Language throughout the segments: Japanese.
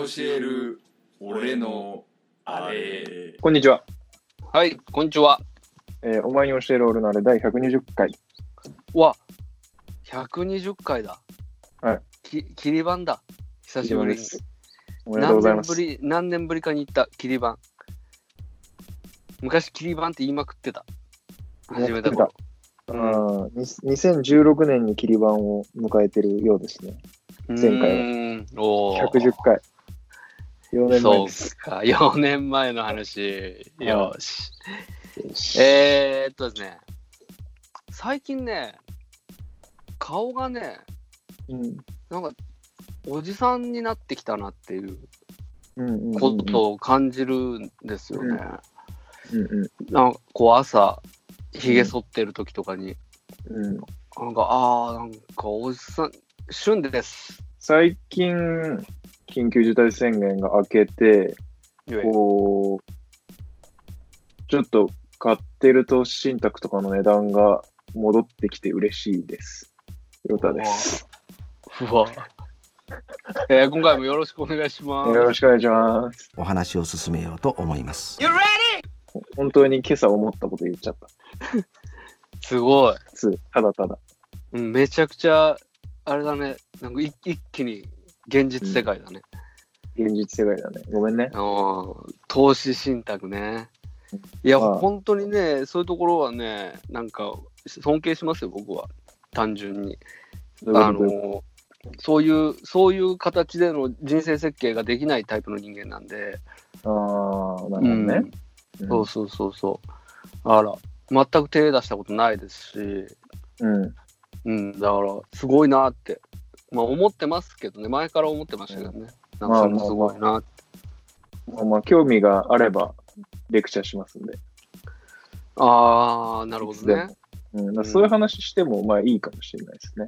教える俺のあれ。 こんにちは。 はい、こんにちは。 お前に教える俺のあれ第120回。 わ、120回だ。 はい。 切り板だ。久しぶりに。 おめでとうございます。 何年ぶりかに行った切り板。昔切り板って言いまくってた。始めた頃。 2016年に切り板を迎えてるようですね。前回は。110回。4年前です。 そうか、4年前の話。よし。ですね、最近ね、顔がね、なんか、おじさんになってきたなっていうことを感じるんですよね。なんかこう朝、ひげ剃ってる時とかに、なんかおじさん、旬です。 最近、緊急事態宣言が明けて、こう、ちょっと買ってる投資信託とかの値段が戻ってきて嬉しいです。ヨタです。 うわ。今回もよろしくお願いします。 よろしくお願いします。 お話を進めようと思います。 本当に今朝思ったこと言っちゃった。 すごい。 ただただ。 めちゃくちゃ、あれだね。なんか一気に現実世界だね。 現実世界だね。ごめんね。 投資信託ね。いや、本当にね、そういうところはね、なんか尊敬しますよ、僕は。単純に。そういう形での人生設計ができないタイプの人間なんで。 なるほどね。 そう。あら、全く手出したことないですし、だからすごいなって、思ってますけどね、前から思ってましたけどね、なんかそれもすごいなって。 興味があればレクチャーしますんで。 なるほどね。 そういう話してもいいかもしれないですね。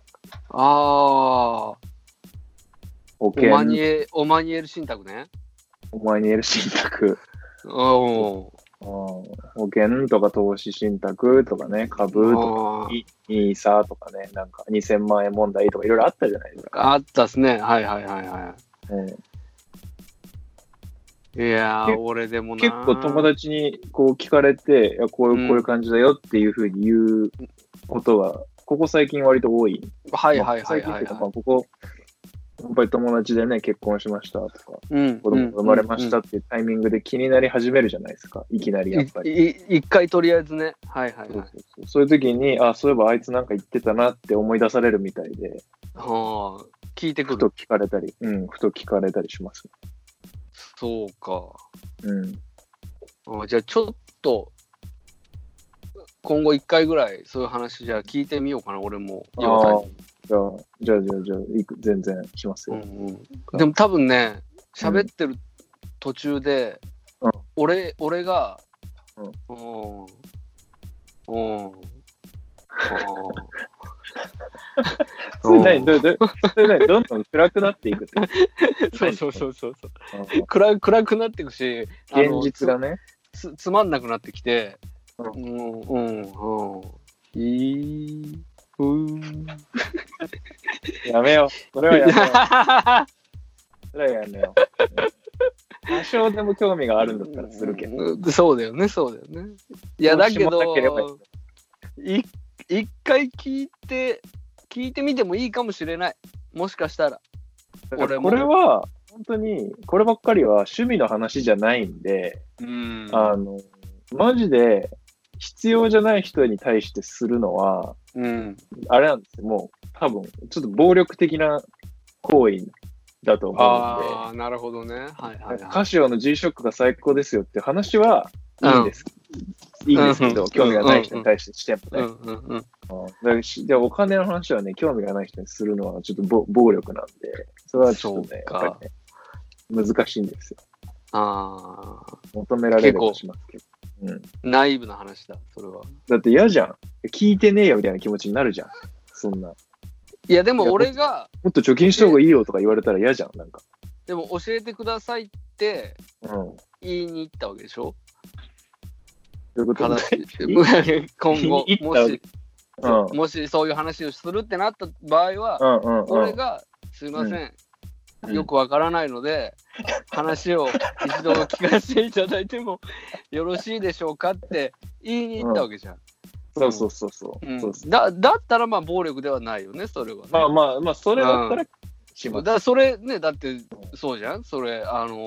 オマニエル信託ね。 オマニエル信託。保険とか投資信託とかね、株とか、NISAとかね、なんか2000万円問題とかいろいろあったじゃないですか。 あったっすね。はい。いやー、俺でもな。 結構友達にこう聞かれて、こういう感じだよっていうふうに言うことが、ここ最近割と多い。最近っていうか、ここ、やっぱり友達でね、結婚しましたとか、子供が生まれましたっていうタイミングで気になり始めるじゃないですか。いきなりやっぱり。 一回とりあえずね。 そういう時に、そういえばあいつなんか言ってたなって思い出されるみたいで、 聞いてくる。 ふと聞かれたりします。 そうか。じゃあちょっと、今後1回ぐらいそういう話じゃあ聞いてみようかな、俺も。 じゃあ、全然しますよ。 でも多分ね、喋ってる途中で、俺が、 どんどん暗くなっていくって。 そう。暗くなっていくし、 現実がね。 つまんなくなってきて、 やめよう。それはやめよう。多少でも興味があるんだったらするけど。 そうだよね。いや、だけど、一回聞いてみてもいいかもしれない。もしかしたら。 これは、本当に、こればっかりは趣味の話じゃないんで、マジで必要じゃない人に対してするのは、あれなんですよ。もう、多分、ちょっと暴力的な行為だと思うんで。 なるほどね。 カシオの G-SHOCK が最高ですよっていう話はいいんです。いいんですけど、興味がない人に対してもね。で、お金の話はね、興味がない人にするのはちょっと暴力なんで、それはちょっとね、やっぱりね、難しいんですよ。求められればしますけど。 ナイーブな話だ、それは。 だって嫌じゃん。聞いてねえよみたいな気持ちになるじゃん。そんな。 いや、でも俺が。 もっと貯金した方がいいよとか言われたら嫌じゃん、なんか。 でも教えてくださいって、言いに行ったわけでしょ？ どういうこと？ 今後、もしそういう話をするってなった場合は、俺がすいません、 よくわからないので、話を一度聞かせていただいてもよろしいでしょうかって言いに行ったわけじゃん。 そうそうそうそう。 だったらまあ暴力ではないよね、それは、ね。 まあ、それだったらします。 だからそれね、だってそうじゃん、それ、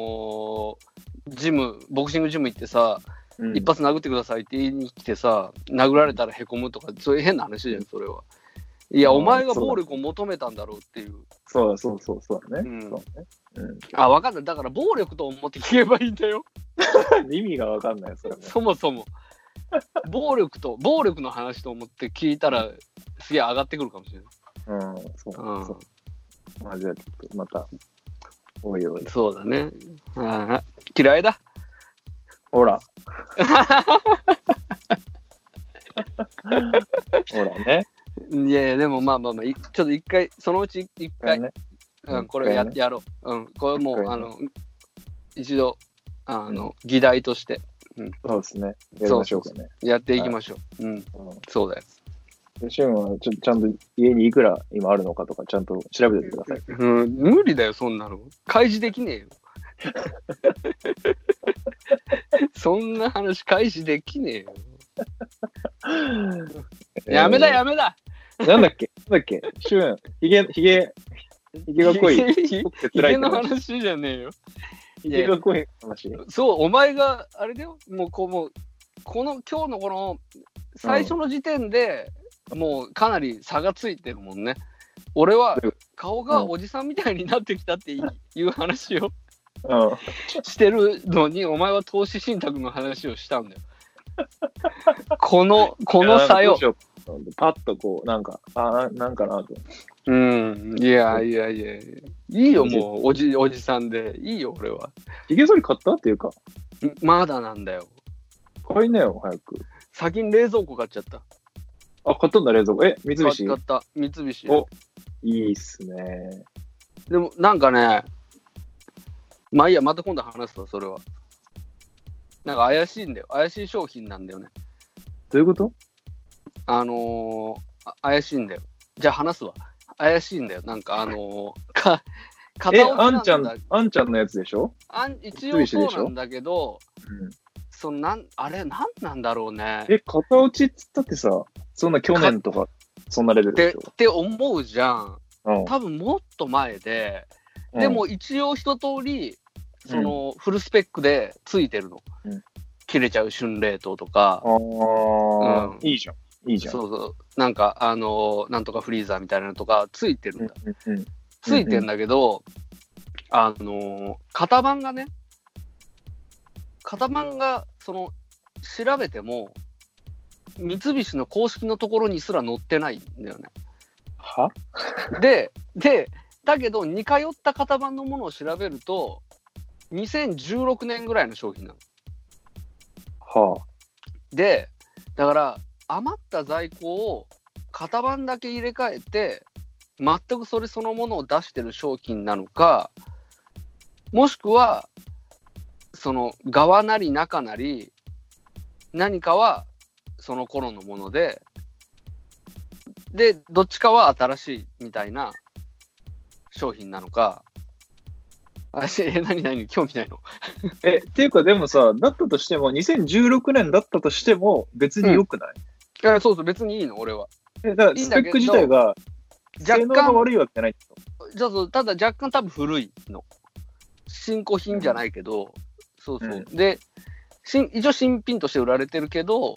ボクシングジム行ってさ、一発殴ってくださいって言いに来てさ、殴られたらへこむとか、そういう変な話じゃん、それは。いや、お前が暴力を求めたんだろうっていう。 そうだね。 あ、分かんない。だから暴力と思って聞けばいいんだよ。 意味が分かんない、それ。 そもそも。暴力の話と思って聞いたら、すげえ上がってくるかもしれない。 そう。まあ、じゃあ、ちょっとまた、おいおい。 そうだね。嫌いだ。 ほら。ほらね。 いやでもまあ、ちょっと一回、そのうち一回、これやろう。これもう、一度、議題として、 そうですね。やりましょうかね。 やっていきましょう。そうだよ。 シュンはちゃんと家にいくら今あるのかとかちゃんと調べてください。 無理だよ、そんなの。開示できねえよ。そんな話開示できねえよ。やめだ。 なんだっけシュン、ひげが濃い。 ひげの話じゃねえよ。 ひげが濃い話。 そう、お前があれだよ。もうこの今日のこの最初の時点で、もうかなり差がついてるもんね。俺は顔がおじさんみたいになってきたっていう話をしてるのに、お前は投資信託の話をしたんだよ。この差よ。 パッとこうなんかなんかなと。 いやいいよ、もうおじさんでいいよ、俺は。 ひげ剃り買ったっていうか、 まだなんだよ。 買いなよ、早く。 先に冷蔵庫買っちゃった。 あ、買ったんだ、冷蔵庫。三菱？ 買った。三菱。 お、いいっすね。 でもなんかね、まあいいや、また今度話すと、それは。なんか怪しいんだよ。怪しい商品なんだよね。 どういうこと？ 怪しいんだよ。じゃあ話すわ。怪しいんだよ。なんかあんちゃんのやつでしょ？ 一応そうなんだけど、あれなんなんだろうね。 型落ちっつったってさ、そんな去年とかそんなレベルでしょ？ って思うじゃん。多分もっと前で、でも一応一通りそのフルスペックでついてるの。切れちゃう春冷凍とか。 いいじゃん。 そうそう。なんかなんとかフリーザーみたいなのとかついてるんだ。ついてんだけど、型番がその調べても三菱の公式のところにすら載ってないんだよね。 は？ でだけど似通った型番のものを調べると2016年ぐらいの商品なの。でだから余った在庫を型番だけ入れ替えて全くそれそのものを出してる商品なのか、もしくはその側なり中なり何かはその頃のものでどっちかは新しいみたいな商品なのか。何興味ないの？ っていうかでもさ、だったとしても2016年だったとしても別に良くない？ そう別にいいの、俺は。 だからスペック自体が性能が悪いわけじゃないと。ただ若干多分古いの。新古品じゃないけど、で一応新品として売られてるけど、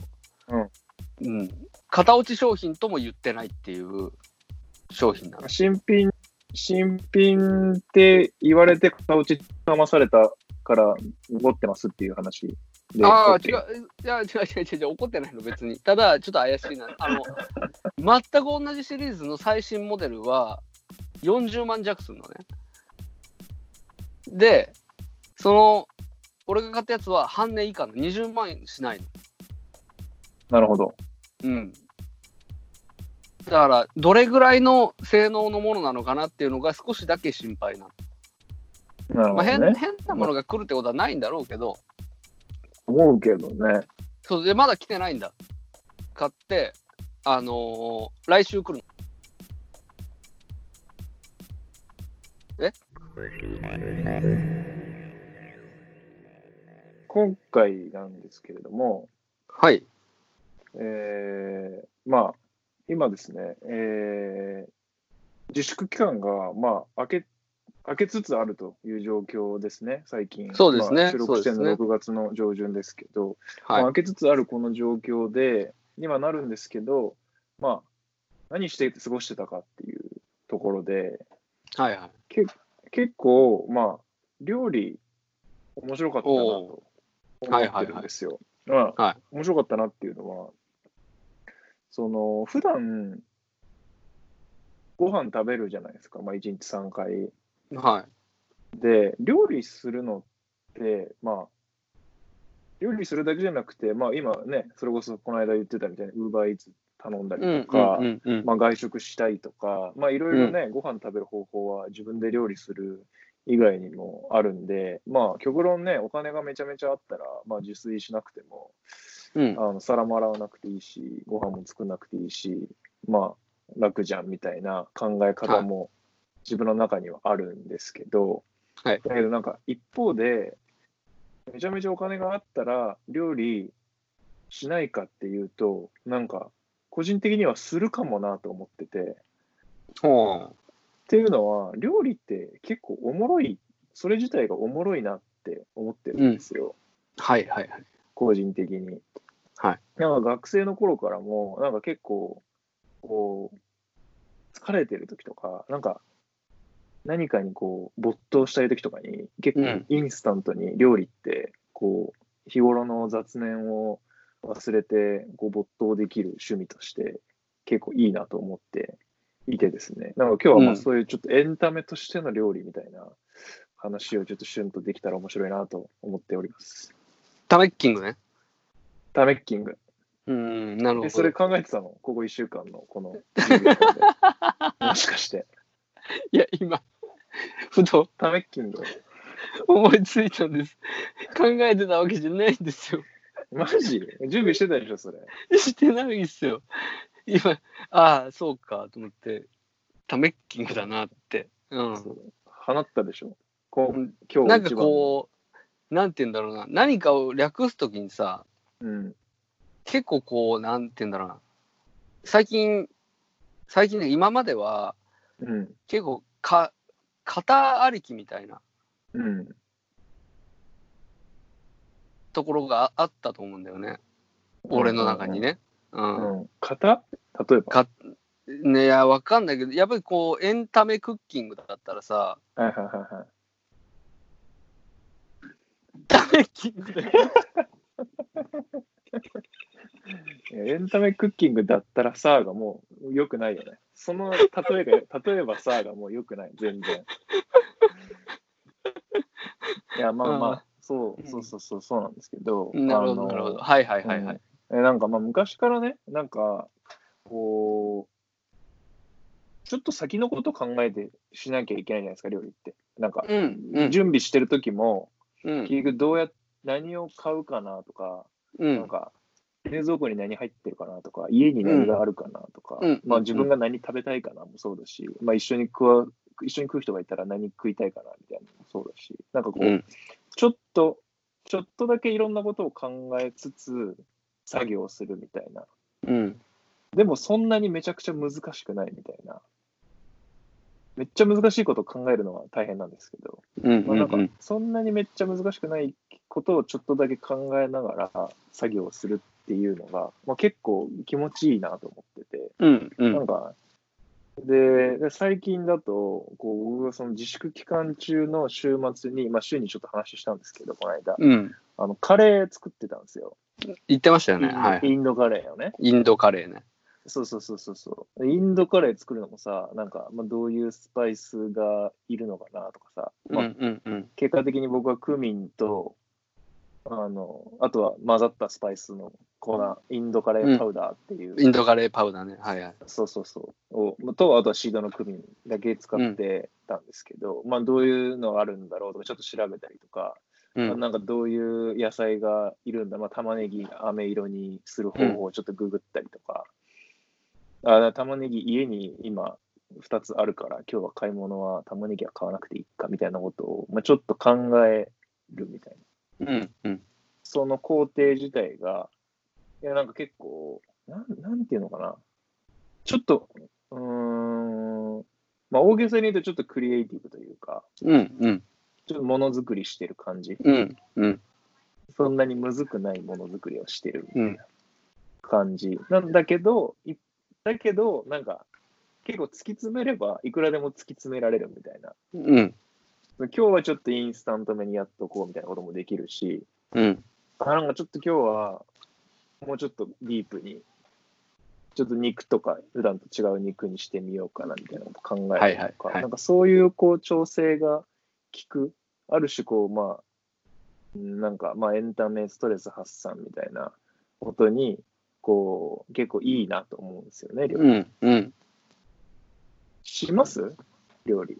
型落ち商品とも言ってないっていう商品なの。 新品って言われて型落ちかまされたから怒ってますっていう話で。 違う。怒ってないの、別に。ただちょっと怪しいな。全く同じシリーズの最新モデルは40万弱するのね。で俺が買ったやつは半値以下の20万円しないの。 なるほど。 だからどれぐらいの性能のものなのかなっていうのが少しだけ心配なの。 なるほどね。 変なものが来るってことはないんだろうけど。 思うけどね。 そうでまだ来てないんだ。買って来週来るの。 今回なんですけれども、 はい。 まあ、今ですね、自粛期間が、明けつつあるという状況ですね、最近。 そうですね。 収録してるの6月の上旬ですけど、 はい。 明けつつあるこの状況で、にはなるんですけど、何して過ごしてたかっていうところで、 はいはい。 結構、料理、面白かったなと思ってるんですよ。面白かったなっていうのは、普段、ご飯食べるじゃないですか、1日3回。 はい。 で、料理するのって、料理するだけじゃなくて、今ね、それこそこの間言ってたみたいに、Uber Eats頼んだりとか、外食したいとか、いろいろね、ご飯食べる方法は自分で料理する以外にもあるんで、極論ね、お金がめちゃめちゃあったら、自炊しなくても、皿も洗わなくていいし、ご飯も作んなくていいし、楽じゃんみたいな考え方も自分の中にはあるんですけど、だけどなんか一方で、めちゃめちゃお金があったら料理しないかっていうと、なんか個人的にはするかもなと思ってて。っていうのは、料理って結構おもろい、それ自体がおもろいなって思ってるんですよ。 はいはいはい。 個人的に。 はい。 なんか学生の頃からも、なんか結構、こう、疲れてる時とか、なんか何かにこう没頭したい時とかに結構インスタントに料理ってこう日頃の雑念を忘れてこう没頭できる趣味として結構いいなと思っていてですね。なんか今日はそういうちょっとエンタメとしての料理みたいな話をちょっとシュンとできたら面白いなと思っております。 タメッキングね。 タメッキング。 なるほど。 それ考えてたの？ここ1週間のこの10秒間で。もしかして。 いや、今、ふとタメッキング思いついたんです。考えてたわけじゃないんですよ。 マジ？準備してたでしょ、それ。 してないっすよ。今、そうかと思って、タメッキングだなって。 放ったでしょ。今日なんかこう、なんて言うんだろうな。何かを略すときにさ、結構こう、なんて言うんだろうな。最近ね、今までは、結構型ありきみたいな、ところがあったと思うんだよね。俺の中にね。 型？例えば？ ね、いや、わかんないけど、やっぱりこう、エンタメクッキングだったらさ、タメッキングだよ。 エンタメクッキングだったらさがもう良くないよね。その例えばさがもう良くない、全然。いや、そうなんですけど。 なるほど、なるほど。はいはいはいはい。 なんか昔からね、なんか、こう、ちょっと先のこと考えてしなきゃいけないじゃないですか、料理って。なんか、準備してる時も、結局何を買うかなとか、なんか、冷蔵庫に何入ってるかなとか、家に何があるかなとか、自分が何食べたいかなもそうだし、一緒に食う人がいたら何食いたいかなみたいなのもそうだし、なんかこう、ちょっとだけいろんなことを考えつつ、作業するみたいな。でもそんなにめちゃくちゃ難しくないみたいな。めっちゃ難しいことを考えるのは大変なんですけど、なんかそんなにめっちゃ難しくないことをちょっとだけ考えながら作業するっていうのが、結構気持ちいいなと思ってて、なんかで最近だと僕がその自粛期間中の週末に、週にちょっと話したんですけど、この間、カレー作ってたんですよ。 言ってましたよね。 インドカレーをね。 インドカレーね。 そう。インドカレー作るのもさ、なんか、どういうスパイスがいるのかなとかさ、結果的に僕はクミンと、あとは混ざったスパイスの粉、インドカレーパウダーっていう。 インドカレーパウダーね。はいはい。 と、あとはシードのクミンだけ使ってたんですけど、どういうのがあるんだろうとか、ちょっと調べたりとか、なんかどういう野菜がいるんだ、玉ねぎ飴色にする方法をちょっとググったりとか、玉ねぎ家に今 2つあるから、今日は買い物は玉ねぎは買わなくていいかみたいなことを、ちょっと考えるみたいな。 うんうん。 その工程自体が、いや、なんか結構、なんていうのかな。ちょっと、大げさに言うとちょっとクリエイティブというか、 うんうん。 ちょっとものづくりしてる感じ。 うんうん。 そんなにむずくないものづくりをしてるみたいなうん感じ。なんだけど、なんか、結構突き詰めれば、いくらでも突き詰められるみたいな。 うん。 今日はちょっとインスタントめにやっとこうみたいなこともできるし、 うんなんかちょっと今日は、もうちょっとディープに、ちょっと肉とか、普段と違う肉にしてみようかなみたいなこと考えるとか、なんかそういうこう調整が効く、ある種こう、なんかエンタメ、ストレス発散みたいなことに、こう、結構いいなと思うんですよね、料理。 うんうん。 します料理。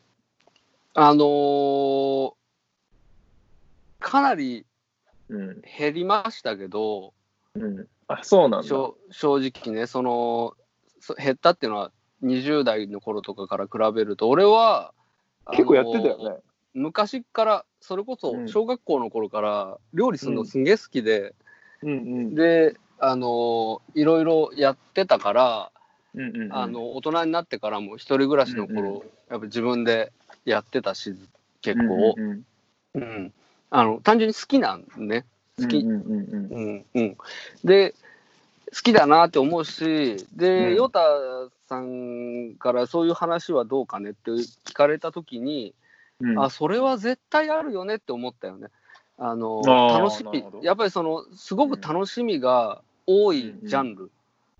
かなりうん。 減りましたけど、 うん。あ、そうなんだ。 正直ね、減ったっていうのは20代の頃とかから比べると、俺は、 結構やってたよね。 昔から、それこそ小学校の頃から料理するのすんげえ好きで、で、いろいろやってたから、大人になってからも一人暮らしの頃、やっぱ自分でやってたし、結構、単純に好きなんね。好き。で、好きだなって思うし、で、ヨタさんからそういう話はどうかねって聞かれたときに、それは絶対あるよねって思ったよね。楽しみ、やっぱりすごく楽しみが多いジャンル。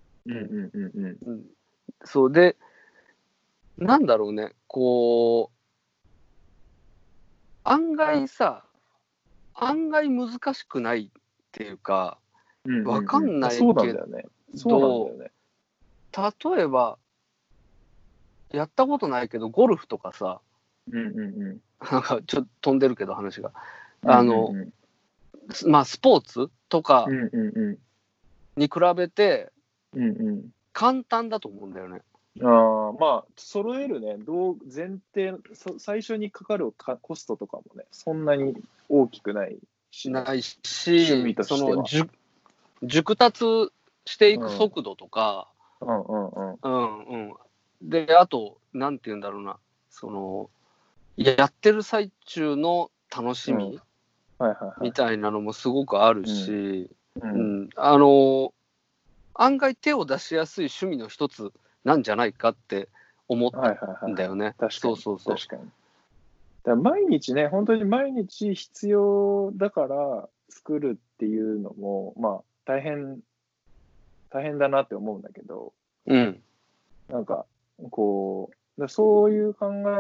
そうで、なんだろうね、こう、案外難しくないっていうか、わかんないけど、例えば、やったことないけど、ゴルフとかさ、なんかちょっと飛んでるけど話が。スポーツとかに比べて、簡単だと思うんだよね。 揃えるね、前提、最初にかかるコストとかもね、そんなに大きくないし、 趣味としては熟達していく速度とか、で、あと、なんて言うんだろうな、やってる最中の楽しみみたいなのもすごくあるし、案外手を出しやすい趣味の一つなんじゃないかって思ったんだよね。 確かに。だ毎日ね、本当に毎日必要だから作るっていうのも、大変だなって思うんだけど、なんか、こう、そういう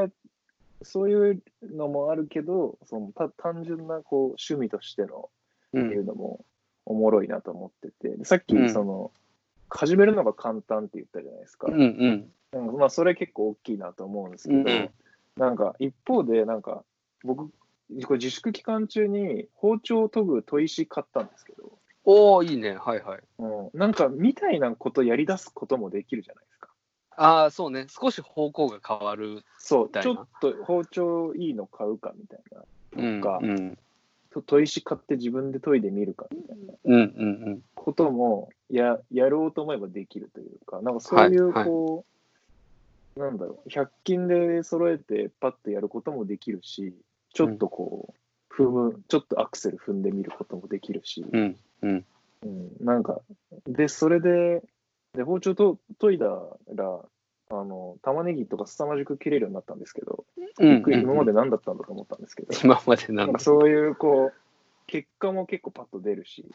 のもあるけど、単純なこう趣味としてのっていうのもおもろいなと思ってて、さっき始めるのが簡単って言ったじゃないですか。それ結構大きいなと思うんですけど、なんか一方で、なんか僕、これ自粛期間中に包丁を研ぐ砥石買ったんですけど。 いいね。はいはい。 なんかみたいなことやり出すこともできるじゃないですか。 そうね。少し方向が変わる。 そう、ちょっと包丁いいの買うかみたいな。とか、砥石買って自分で研いでみるかみたいなこともやろうと思えばできるというか、なんかそういうこう、なんだろう、100均で揃えてパッとやることもできるし、ちょっとこう、ちょっとアクセル踏んでみることもできるし、なんか、で、それで、包丁と研いだら、玉ねぎとか凄まじく切れるようになったんですけど、今まで何だったんだと思ったんですけど、 今までなんかそういうこう、結果も結構パッと出るし、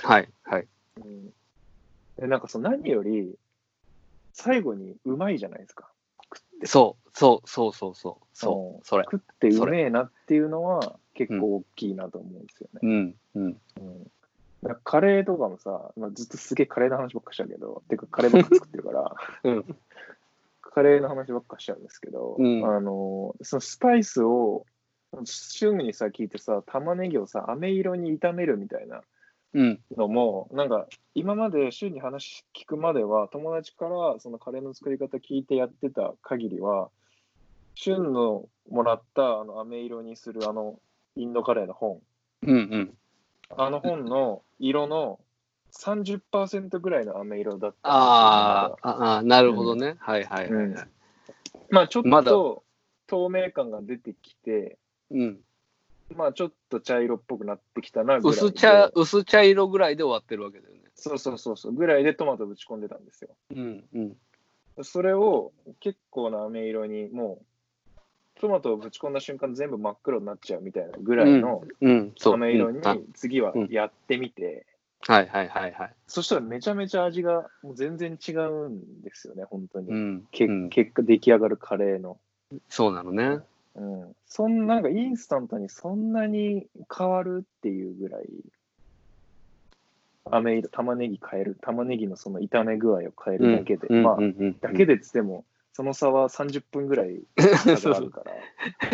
なんか何より、最後にうまいじゃないですか。 それ。 食ってうめえなっていうのは結構大きいなと思うんですよね。カレーとかもさ、ずっとすげえカレーの話ばっかしちゃうけど、てかカレーばっか作ってるから、カレーの話ばっかしちゃうんですけど、そのスパイスを、週にさ、聞いてさ、玉ねぎをさ、飴色に炒めるみたいなのも、なんか今まで週に話聞くまでは友達からそのカレーの作り方聞いてやってた限りは、旬のもらった飴色にするインドカレーの本、あの本の色の30% ぐらいの飴色だったんですよ。 ああ、なるほどね。はいはいはい。 まあちょっと透明感が出てきて、まあちょっと茶色っぽくなってきたなぐらいで。 薄茶色ぐらいで終わってるわけだよね。 そうぐらいでトマトぶち込んでたんですよ。それを結構な飴色にもうトマトをぶち込んだ瞬間全部真っ黒になっちゃうみたいなぐらいの飴色に次はやってみて、そしたらめちゃめちゃ味がもう全然違うんですよね、本当に。結果出来上がるカレーの。 そうなのね。 なんかインスタントにそんなに変わるっていうぐらい、飴色、玉ねぎのその炒め具合を変えるだけで、だけでつっても、その差は30分ぐらい差があるから、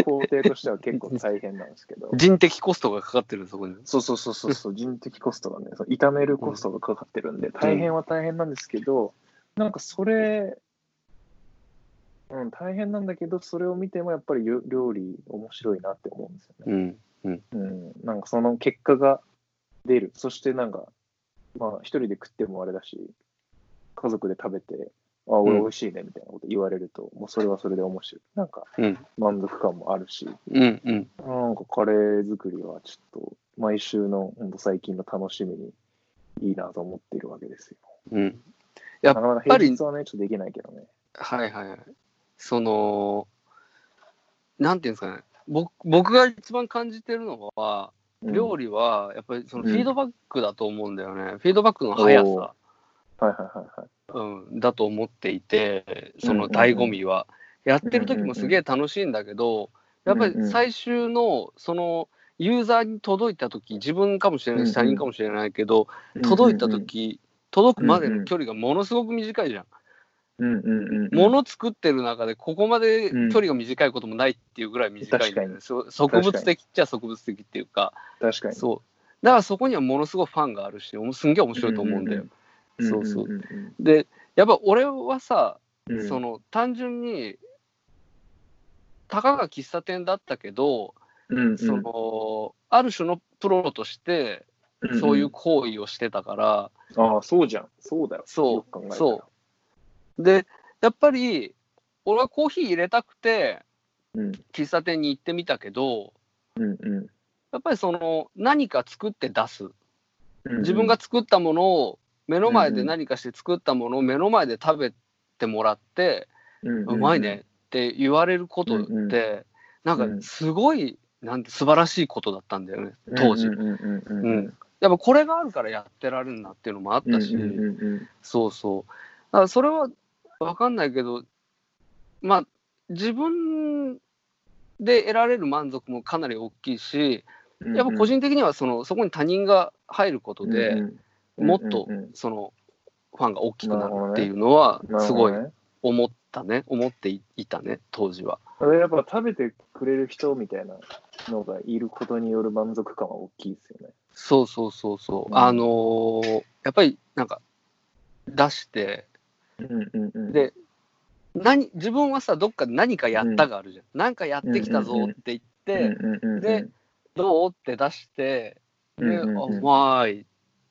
工程としては結構大変なんですけど。 人的コストがかかってる、そこに。 そう、人的コストがね、炒めるコストがかかってるんで、大変は大変なんですけど、なんかそれ、大変なんだけど、それを見てもやっぱり料理面白いなって思うんですよね。なんかその結果が出る。そしてなんか、まあ一人で食ってもあれだし、家族で食べて、俺美味しいねみたいなこと言われると、もうそれはそれで面白い。なんか満足感もあるし、なんかカレー作りはちょっと毎週の最近の楽しみにいいなと思っているわけですよ。 やっぱり平日はね、ちょっとできないけどね。 その、なんていうんですかね、僕が一番感じてるのは、料理はやっぱりそのフィードバックだと思うんだよね。フィードバックの速さだと思っていて、その醍醐味は。やってる時もすげえ楽しいんだけど、やっぱり最終のそのユーザーに届いた時、自分かもしれないし他人かもしれないけど、届いた時、届くまでの距離がものすごく短いじゃん。物作ってる中でここまで距離が短いこともないっていうぐらい短いんだよね。植物的っちゃ植物的っていうか。 確かに。 そう。だからそこにはものすごいファンがあるし、すんげえ面白いと思うんだよ。で、やっぱ俺はさ、その単純にたかが喫茶店だったけど、そのある種のプロとしてそういう行為をしてたから。 そうじゃん。そうだよ。 そうで、やっぱり俺はコーヒー入れたくて喫茶店に行ってみたけど、やっぱりその何か作って出す、自分が作ったものを目の前で何かして作ったものを目の前で食べてもらって、うまいねって言われることって、なんかすごいなんて素晴らしいことだったんだよね、当時。やっぱこれがあるからやってられるなっていうのもあったし、だからそれは分かんないけど、まあ自分で得られる満足もかなり大きいし、やっぱ個人的にはそこに他人が入ることで、もっとそのファンが大きくなるっていうのはすごい思っていたね、当時は。 やっぱ食べてくれる人みたいなのがいることによる満足感は大きいですよね。やっぱりなんか出して、で自分はさどっかで何かやったがあるじゃん。なんかやってきたぞって言って、でどうって出して、でうまいって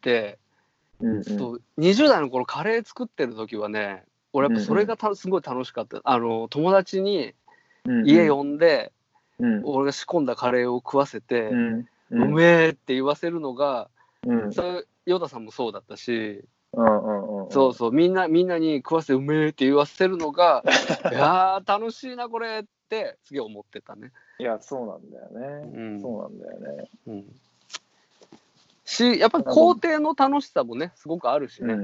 、20代の頃カレー作ってる時はね、俺やっぱそれがすごい楽しかった。友達に家呼んで、俺が仕込んだカレーを食わせて、うめえって言わせるのが、それヨダさんもそうだったし、みんなに食わせてうめえって言わせるのがいやー楽しいなこれってすげえ思ってたね。 いやそうなんだよね、そうなんだよね、 やっぱり工程の楽しさもねすごくあるしね、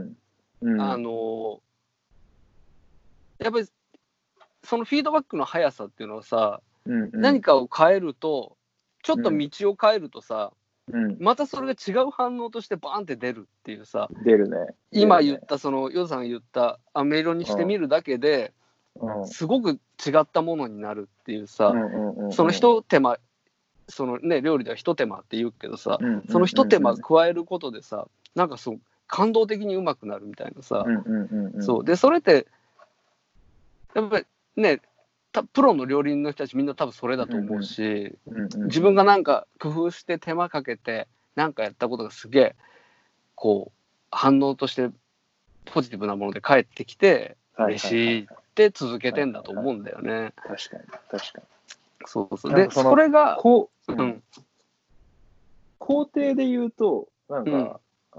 やっぱりそのフィードバックの速さっていうのはさ、何かを変えるとちょっと道を変えるとさ、またそれが違う反応としてバーンって出るっていうさ、 出るね。 今言ったそのヨダさんが言った飴色にしてみるだけで、すごく違ったものになるっていうさ、その一手間そのね料理では一手間って言うけどさ、その一手間加えることでさ、なんかそう感動的にうまくなるみたいなさ、そうでそれってやっぱりねプロの料理人の人たちみんな多分それだと思うし、自分がなんか工夫して手間かけてなんかやったことがすげえこう反応としてポジティブなもので返ってきて嬉しいって続けてんだと思うんだよね。 確かに確かに。 そうそう。でそれが工程で言うとなんか、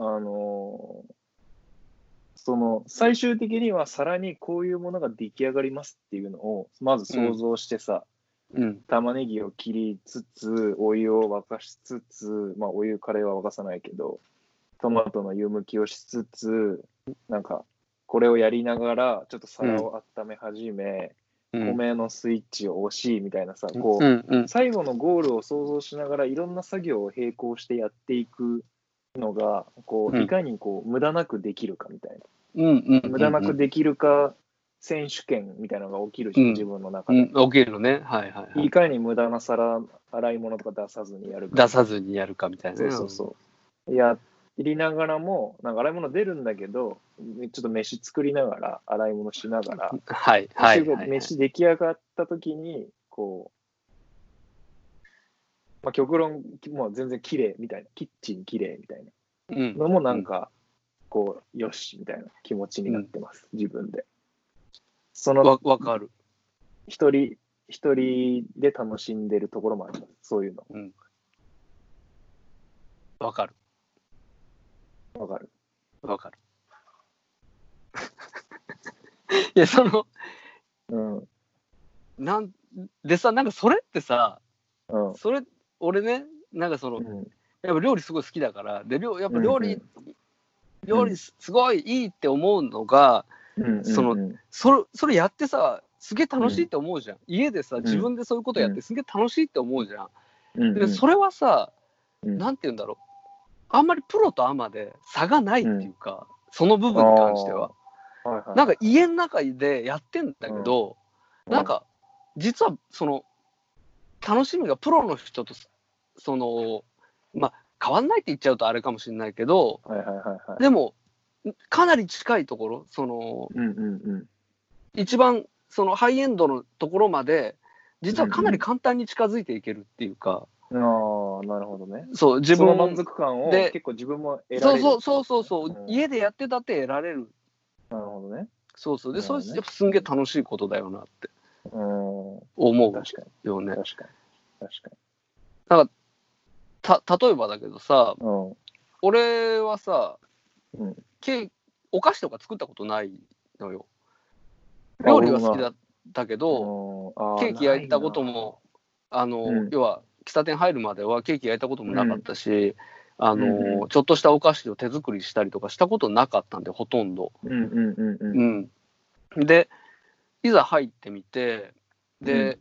その最終的には皿にこういうものが出来上がりますっていうのをまず想像してさ、玉ねぎを切りつつお湯を沸かしつつ、まあお湯カレーは沸かさないけどトマトの湯むきをしつつなんかこれをやりながらちょっと皿を温め始め、米のスイッチを押しみたいなさ、こう、最後のゴールを想像しながらいろんな作業を並行してやっていくのがこういかにこう無駄なくできるかみたいな、無駄なくできるか選手権みたいなのが起きるし、自分の中で、 起きるのね、 いかに無駄な皿洗い物とか出さずにやるか、 みたいな、 そうやりながらもなんか洗い物出るんだけどちょっと飯作りながら洗い物しながら、飯出来上がった時にこう、まあ、極論もう全然綺麗みたいな、キッチン綺麗みたいなのもなんか、こうよしみたいな気持ちになってます、自分で。そのわかる。 一人で楽しんでるところもあります、そういうの。 わかる。いやなんでさ、なんかそれってさ、それ俺ねなんかやっぱ料理すごい好きだからでやっぱ料理すごいいいって思うのが、それやってさすげえ楽しいって思うじゃん、家でさ自分でそういうことやってすげえ楽しいって思うじゃん、でそれはさ、なんて言うんだろう、あんまりプロとアマで差がないっていうか、その部分に関しては、なんか家の中でやってんだけど、なんか実はその楽しみがプロの人とまあ変わんないって言っちゃうとあれかもしれないけど、でもかなり近いところ、一番ハイエンドのところまで実はかなり簡単に近づいていけるっていうか、 なるほどね。 そう、自分の満足感を結構自分も得られる。 そう、家でやってたって得られる。 なるほどね。 そうで、それやっぱすんげえ楽しいことだよなって思うよね。 確かに。 なんか例えばだけどさ、俺はさ、お菓子とか作ったことないのよ。料理は好きだったけど、ケーキ焼いたことも要は喫茶店入るまではケーキ焼いたこともなかったし、ちょっとしたお菓子を手作りしたりとかしたことなかったんで、ほとんど。でいざ入ってみて、で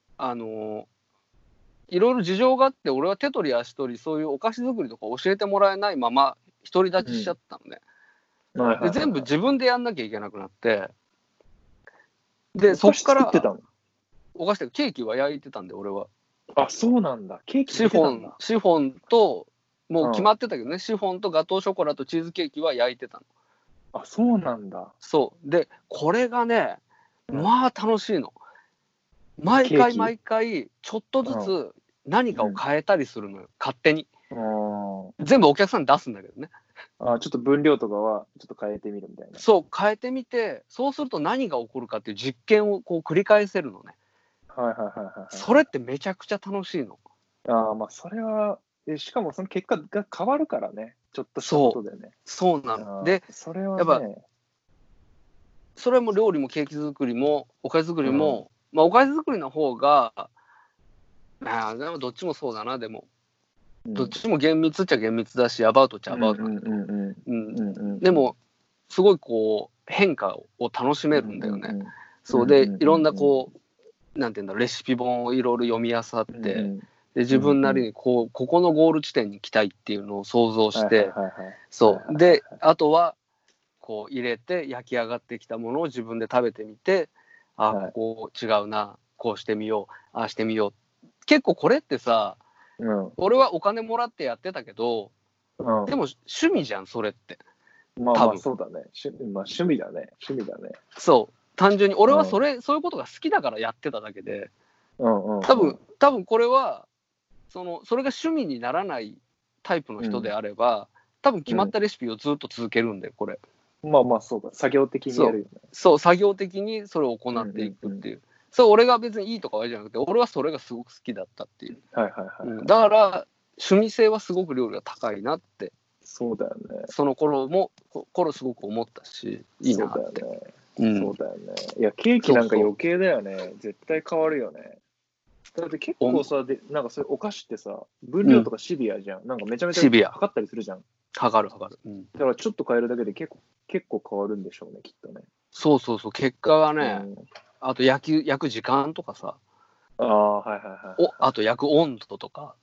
いろいろ事情があって俺は手取り足取りそういうお菓子作りとか教えてもらえないまま独り立ちしちゃったのね、で全部自分でやんなきゃいけなくなって、でそっからお菓子とかケーキは焼いてたんで俺は。 あ、そうなんだ。ケーキシフォンともう決まってたけどね、シフォンとガトーショコラとチーズケーキは焼いてたの。 あ、そうなんだ。 そうでこれがね、まあ楽しいの。毎回ちょっとずつ何かを変えたりするのよ、勝手に。全部お客さんに出すんだけどね。 ちょっと分量とかはちょっと変えてみるみたいな。 そう変えてみて、そうすると何が起こるかっていう実験をこう繰り返せるのね。それってめちゃくちゃ楽しいの。 まあそれはしかもその結果が変わるからね、ちょっとしたことでね。 そうなの。でそれは、ね、 やっぱそれも料理もケーキ作りもお菓子作りも、まあお菓子作りの方がでもどっちもそうだな。でも、どっちも厳密っちゃ厳密だしアバウトっちゃアバウトだけど、でもすごいこう変化を楽しめるんだよね。そうでいろんなこうなんていうんだろう、レシピ本をいろいろ読み漁って、で自分なりにここのゴール地点に来たいっていうのを想像して、そうであとはこう入れて焼き上がってきたものを自分で食べてみて、ここ違うな、こうしてみよう、ああしてみよう。結構これってさ、 俺はお金もらってやってたけど、でも趣味じゃんそれって。 まあそうだね。趣味だね。 そう単純に俺はそういうことが好きだからやってただけで、多分これはそれが趣味にならないタイプの人であれば、多分決まったレシピをずっと続けるんだよこれ。 まあそうだ、作業的にやるよね。 そう作業的にそれを行っていくっていう。そう俺が別にいいとか悪いじゃなくて、俺はそれがすごく好きだったっていう。だから趣味性はすごく料理が高いなって。 そうだよね。 その頃すごく思ったし、いいなって。 そうだよね。いやケーキなんか余計だよね。絶対変わるよね。だって結構さ、なんかそういうお菓子ってさ、分量とかシビアじゃん。なんかめちゃめちゃ測ったりするじゃん。 測る。 だからちょっと変えるだけで結構変わるんでしょうね、きっとね。 そう結果はね、あと焼く時間とかさ、あと焼く温度とか、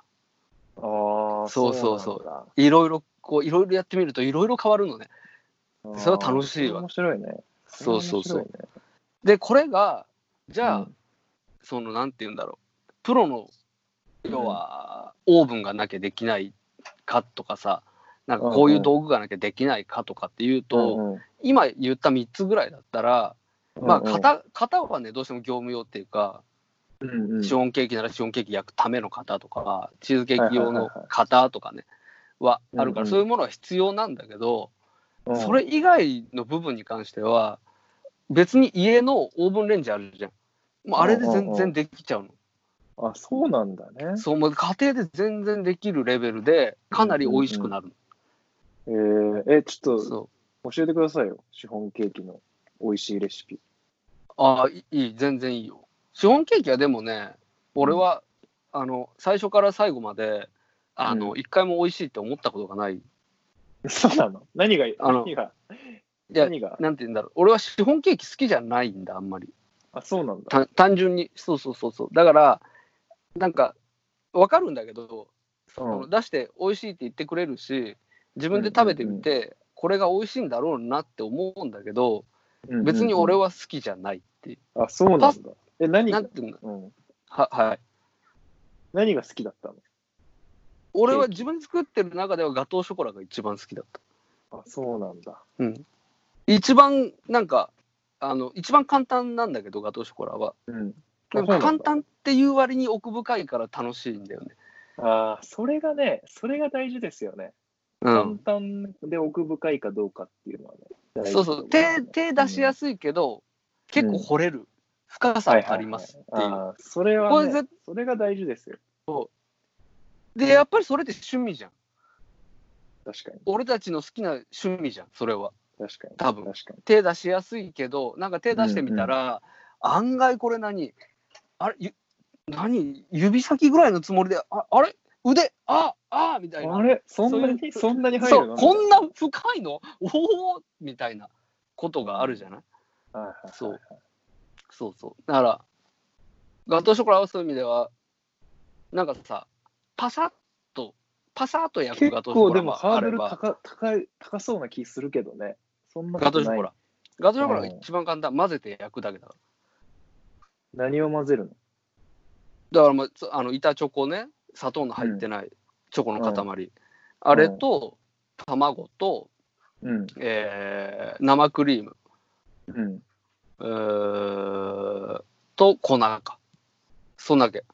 そういろいろやってみるといろいろ変わるのね。それは楽しいわ。 面白いね。 そうでこれがじゃあ、なんて言うんだろう、プロの要はオーブンがなきゃできないかとかさ、なんかこういう道具がなきゃできないかとかっていうと、今言った3つぐらいだったら、まあ型はねどうしても業務用っていうか、シフォンケーキならシフォンケーキ焼くための型とか、チーズケーキ用の型とかねはあるから、そういうものは必要なんだけど、それ以外の部分に関しては別に家のオーブンレンジあるじゃん。もうあれで全然できちゃうの。 あ、そうなんだね。 そう、もう家庭で全然できるレベルでかなり美味しくなる。 ちょっと教えてくださいよ、シフォンケーキの美味しいレシピ。 全然いいよ。シフォンケーキはでもね、俺は、最初から最後まで一回も美味しいって思ったことがない。 そうなの？何がなんて言うんだろう、俺はシフォンケーキ好きじゃないんだ、あんまり。 あ、そうなんだ。 単純にそうだからなんか分かるんだけど、出して美味しいって言ってくれるし、自分で食べてみて、これが美味しいんだろうなって思うんだけど、別に俺は好きじゃないっていう。 あ、そうなんだ。 なんていうの？はい。 何が好きだったの？ 俺は自分で作ってる中ではガトーショコラが一番好きだった。 あ、そうなんだ。 一番なんか一番簡単なんだけど、ガトーショコラは。でも簡単っていう割に奥深いから楽しいんだよね。 それが大事ですよね。簡単で奥深いかどうかっていうのはね。 そう手出しやすいけど、結構掘れる深さがありますっていう。 それはね、それが大事ですよ。 でやっぱりそれって趣味じゃん。 確かに。 俺たちの好きな趣味じゃん、それは。 確かに。 多分手出しやすいけど、なんか手出してみたら、案外これ何指先ぐらいのつもりで、あれ腕みたいな。 あれそんなに入るの？ こんな深いの？おおみたいなことがあるじゃない？そうだからガトーショコラはそういう意味ではなんかさ、パサッと焼くガトーショコラもあれば。 結構でもハードル高そうな気するけどね。そんなガトーショコラが一番簡単。混ぜて焼くだけだから。 何を混ぜるの？ だから板チョコね、砂糖の入ってないチョコの塊、あれと卵と、生クリーム、と粉か、そんだけ。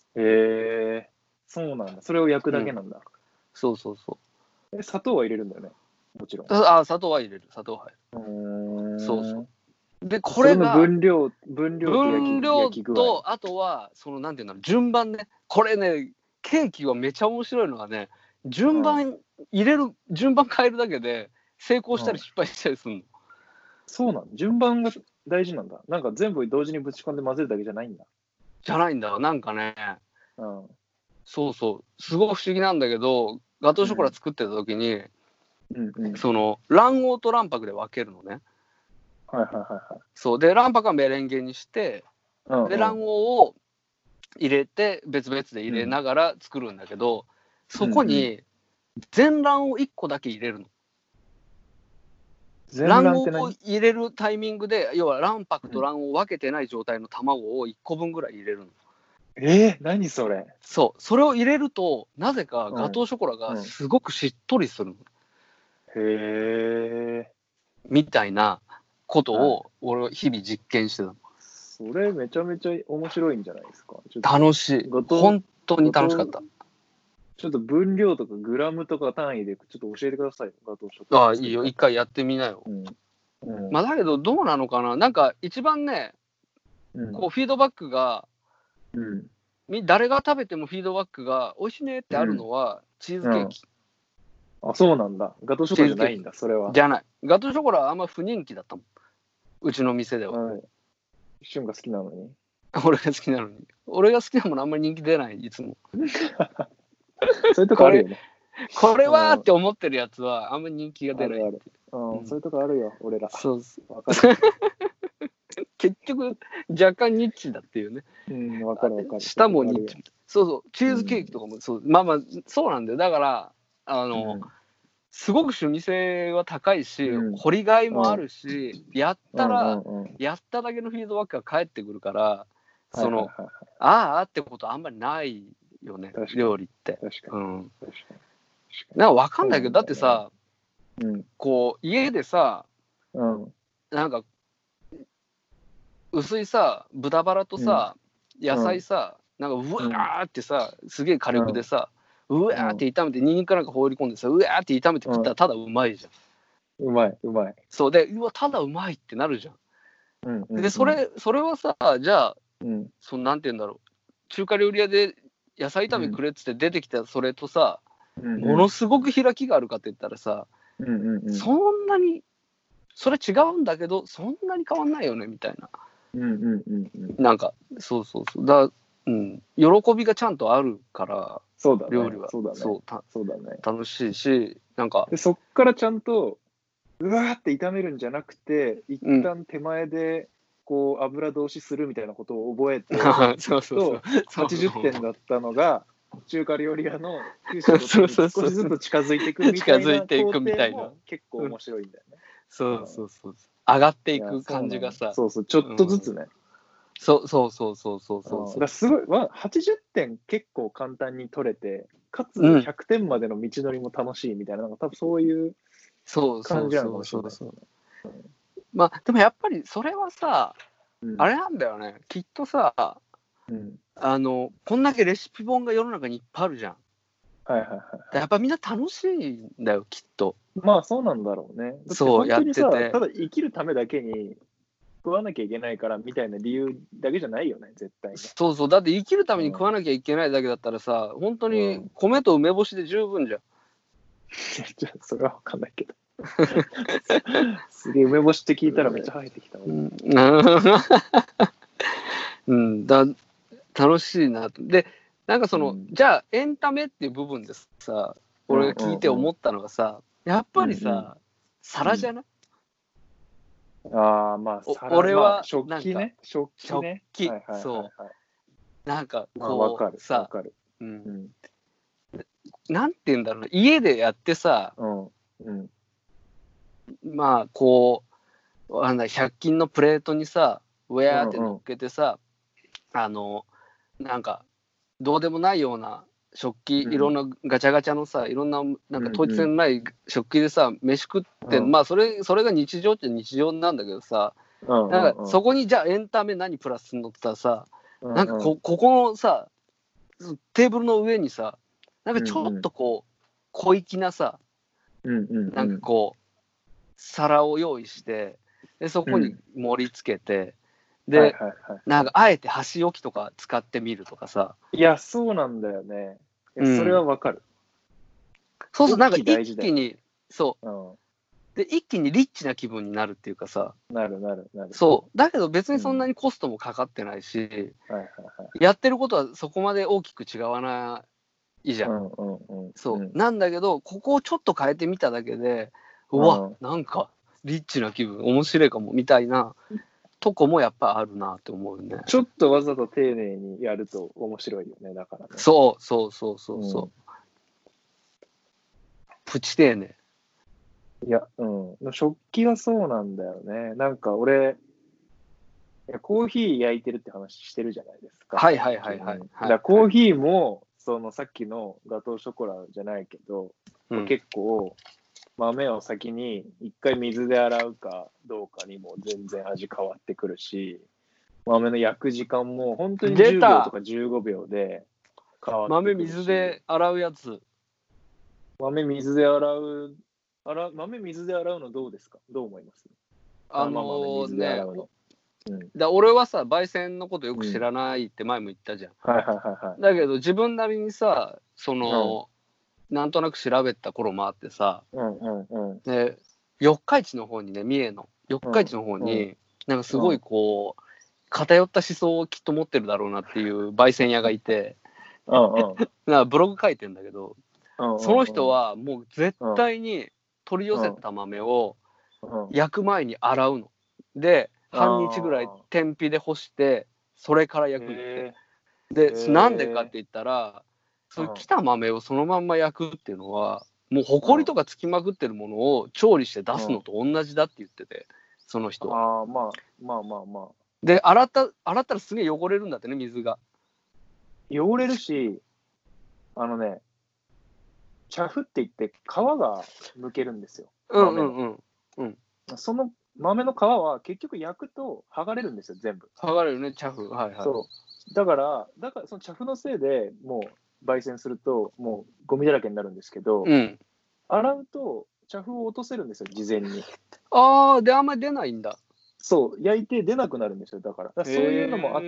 そうなんだ。それを焼くだけなんだ。 そう砂糖は入れるんだよね、もちろん。 砂糖は入れる。砂糖は入る。そうでこれが分量と、あとはなんていうんだろう、順番ね。これね、ケーキはめちゃ面白いのがね、順番変えるだけで成功したり失敗したりするの。 そうなの？順番が大事なんだ。なんか全部同時にぶち込んで混ぜるだけじゃないんだ。 なんかね、すごい不思議なんだけど、ガトーショコラ作ってた時に、卵黄と卵白で分けるのね。で卵白はメレンゲにして、で卵黄を入れて別々で入れながら作るんだけど、そこに全卵黄1個だけ入れるの。卵黄を入れるタイミングで、要は卵白と卵黄を分けてない状態の卵を1個分ぐらい入れるの。 何それ。 そう、それを入れるとなぜかガトーショコラがすごくしっとりするの、 へえ。 みたいなことを俺は日々実験してたの。 それめちゃめちゃ面白いんじゃないですか。ちょっと楽しい。本当に楽しかった。 ちょっと分量とかグラムとか単位でちょっと教えてくださいよ、ガトーショコラ。 ああ、いいよ、一回やってみなよ。まあだけどどうなのかな、なんか一番ね、こうフィードバックが、誰が食べてもフィードバックが美味しいねってあるのはチーズケーキ。 あ、そうなんだ。ガトーショコラじゃないんだ、それは。 じゃない。ガトーショコラはあんま不人気だったもん。うちの店では。 旬が好きなのに。 俺が好きなのに。俺が好きなものあんまり人気出ない、いつも。 そういうとこあるよね。 これはって思ってるやつはあんまり人気が出ない。 そういうとこあるよ、俺ら。 そうそう。結局、若干ニッチだっていうね。 わかる。 下もニッチ。そうそう。チーズケーキとかもそう。まあまあ、そうなんだよ。だから、すごく趣味性は高いし、掘りがいもあるし、やっただけのフィードバックが返ってくるから、ああってことあんまりないよね、料理って。なんか分かんないけど、だってさ、こう家でさ、なんか薄いさ豚バラとさ、野菜さ、なんかうわーってさ、すげえ火力でさ、うわーって炒めてニンニクなんか放り込んでさ、うわーって炒めて食ったらただうまいじゃん。 うまい。 そうで、うわただうまいってなるじゃん。でそれはさ、じゃあ、そのなんて言うんだろう、中華料理屋で野菜炒めくれっつって出てきたそれとさ、ものすごく開きがあるかって言ったらさ、そんなにそれ違うんだけどそんなに変わんないよねみたいな。なんかそう喜びがちゃんとあるから、料理は楽しいし、なんかそっからちゃんとうわーって炒めるんじゃなくて、一旦手前でこう油通しするみたいなことを覚えて80点だったのが中華料理屋の95点に少しずつ近づいていくみたいな工程も結構面白いんだよね。 そう上がっていく感じがさ、 ちょっとずつね。 そうすごい80点結構簡単に取れて、かつ100点までの道のりも楽しいみたいな、なんか多分そういう感じなのかもしれない。 まあでもやっぱりそれはさ、あれなんだよね、きっとさ、こんだけレシピ本が世の中にいっぱいあるじゃん。やっぱみんな楽しいんだよ、きっと。 まあそうなんだろうね。そうやってて、ただ生きるためだけに食わなきゃいけないからみたいな理由だけじゃないよね、絶対に。 そうだって生きるために食わなきゃいけないだけだったらさ、本当に米と梅干しで十分じゃん。 じゃあそれは分かんないけど。すげえ梅干しって聞いたらめっちゃ生えてきた。 楽しいなと。でなんかじゃあエンタメっていう部分でさ、俺が聞いて思ったのがさ、やっぱりさ、皿じゃない？ ああ、まあ皿、 俺は食器ね。食器。 そうなんかこうさ、なんて言うんだろうな、家でやってさ、まあこう100均のプレートにさウェアって乗っけてさ、なんかどうでもないような食器、いろんなガチャガチャのさ、いろんななんか統一性のない食器でさ飯食って、まあそれが日常って日常なんだけどさ、なんかそこにじゃあエンタメ何プラスすんのって言ったらさ、なんかここのさテーブルの上にさ、なんかちょっとこう小粋なさ、なんかこう皿を用意して、でそこに盛り付けて、で、なんかあえて箸置きとか使ってみるとかさ。 いやそうなんだよね。それはわかる。 そうなんか一気にで一気にリッチな気分になるっていうかさ。 なる。 そうだけど別にそんなにコストもかかってないし、やってることはそこまで大きく違わないじゃん。そうなんだけど、ここをちょっと変えてみただけで、うわなんかリッチな気分、面白いかもみたいなとこもやっぱあるなって思うよね。 ちょっとわざと丁寧にやると面白いよね、だからね。 そう、プチ丁寧。 いや、食器はそうなんだよね。なんか俺、 コーヒー焼いてるって話してるじゃないですか。 はいはいはいはい。 だからコーヒーも、そのさっきのガトーショコラじゃないけど、結構豆を先に一回水で洗うかどうかにも全然味変わってくるし、豆の焼く時間も本当に10秒とか15秒で変わってくるし。豆水で洗うやつ。 豆水で洗うのどうですか？どう思います？水で洗うの。 だ俺はさ、焙煎のことよく知らないって前も言ったじゃん。 はいはいはいはい。 だけど自分なりにさ、なんとなく調べた頃もあってさ、で四日市の方にね、三重の四日市の方に、なんかすごいこう、偏った思想をきっと持ってるだろうなっていう焙煎屋がいて、なんかブログ書いてんだけど、その人はもう絶対に取り寄せた豆を焼く前に洗うの。で、半日ぐらい天日で干してそれから焼くんだって。で、なんでかって言ったら、そういう来た豆をそのまんま焼くっていうのはもうホコリとかつきまくってるものを調理して出すのと同じだって言ってて、その人は。 まあ。 で、洗ったらすげえ汚れるんだってね、水が。 汚れるし、茶粉って言って皮がむけるんですよ。その豆の皮は結局焼くと剥がれるんですよ、全部。 剥がれるね、茶粉。はいはい。 そう。だからその茶粉のせいでもう焙煎するともうゴミだらけになるんですけど、洗うと茶粉を落とせるんですよ、事前に。 で、あんまり出ないんだ。 そう、焼いて出なくなるんですよ、だからそういうのもあって、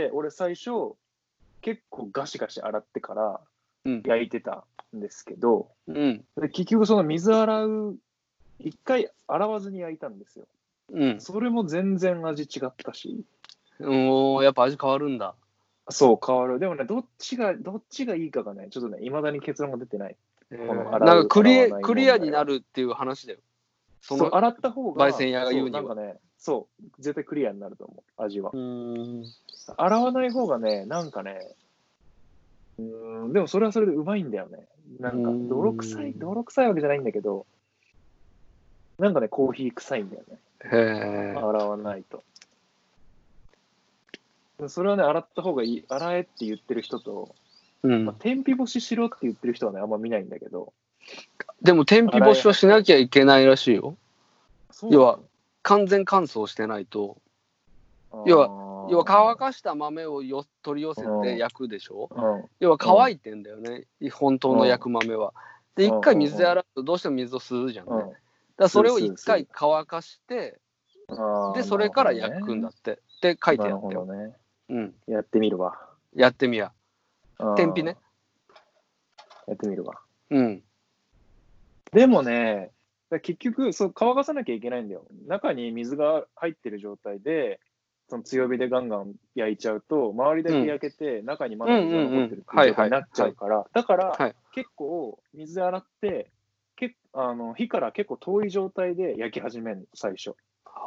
俺最初結構ガシガシ洗ってから焼いてたんですけど、で結局その水洗う一回洗わずに焼いたんですよ。それも全然味違ったし。 やっぱ味変わるんだ。 そう、変わる。でもね、どっちがいいかがね、ちょっとね、未だに結論が出てない。 なんかクリアになるっていう話だよ。 そう、洗った方が、 焙煎屋が言うには。 なんかね、そう、絶対クリアになると思う、味は。洗わない方がね、なんかね、でもそれはそれでうまいんだよね。なんか、泥臭いわけじゃないんだけど、なんかね、コーヒー臭いんだよね。洗わないと。それはね、洗った方がいい。洗えって言ってる人と、天日干ししろって言ってる人はね、あんま見ないんだけど。 でも天日干しはしなきゃいけないらしいよ。要は、完全乾燥してないと。要は乾かした豆を取り寄せて焼くでしょ。要は乾いてんだよね、本当の焼く豆は。で、一回水で洗うとどうしても水を吸うじゃんね。だからそれを一回乾かして、で、それから焼くんだって。って書いてあったよ。 やってみるわ。 やってみや。天日ね。 やってみるわ。でもね、結局乾かさなきゃいけないんだよ。中に水が入ってる状態で、その強火でガンガン焼いちゃうと、周りだけ焼けて、中にまだ水が残ってるっていう状態になっちゃうから、だから結構水で洗って、火から結構遠い状態で焼き始める、最初。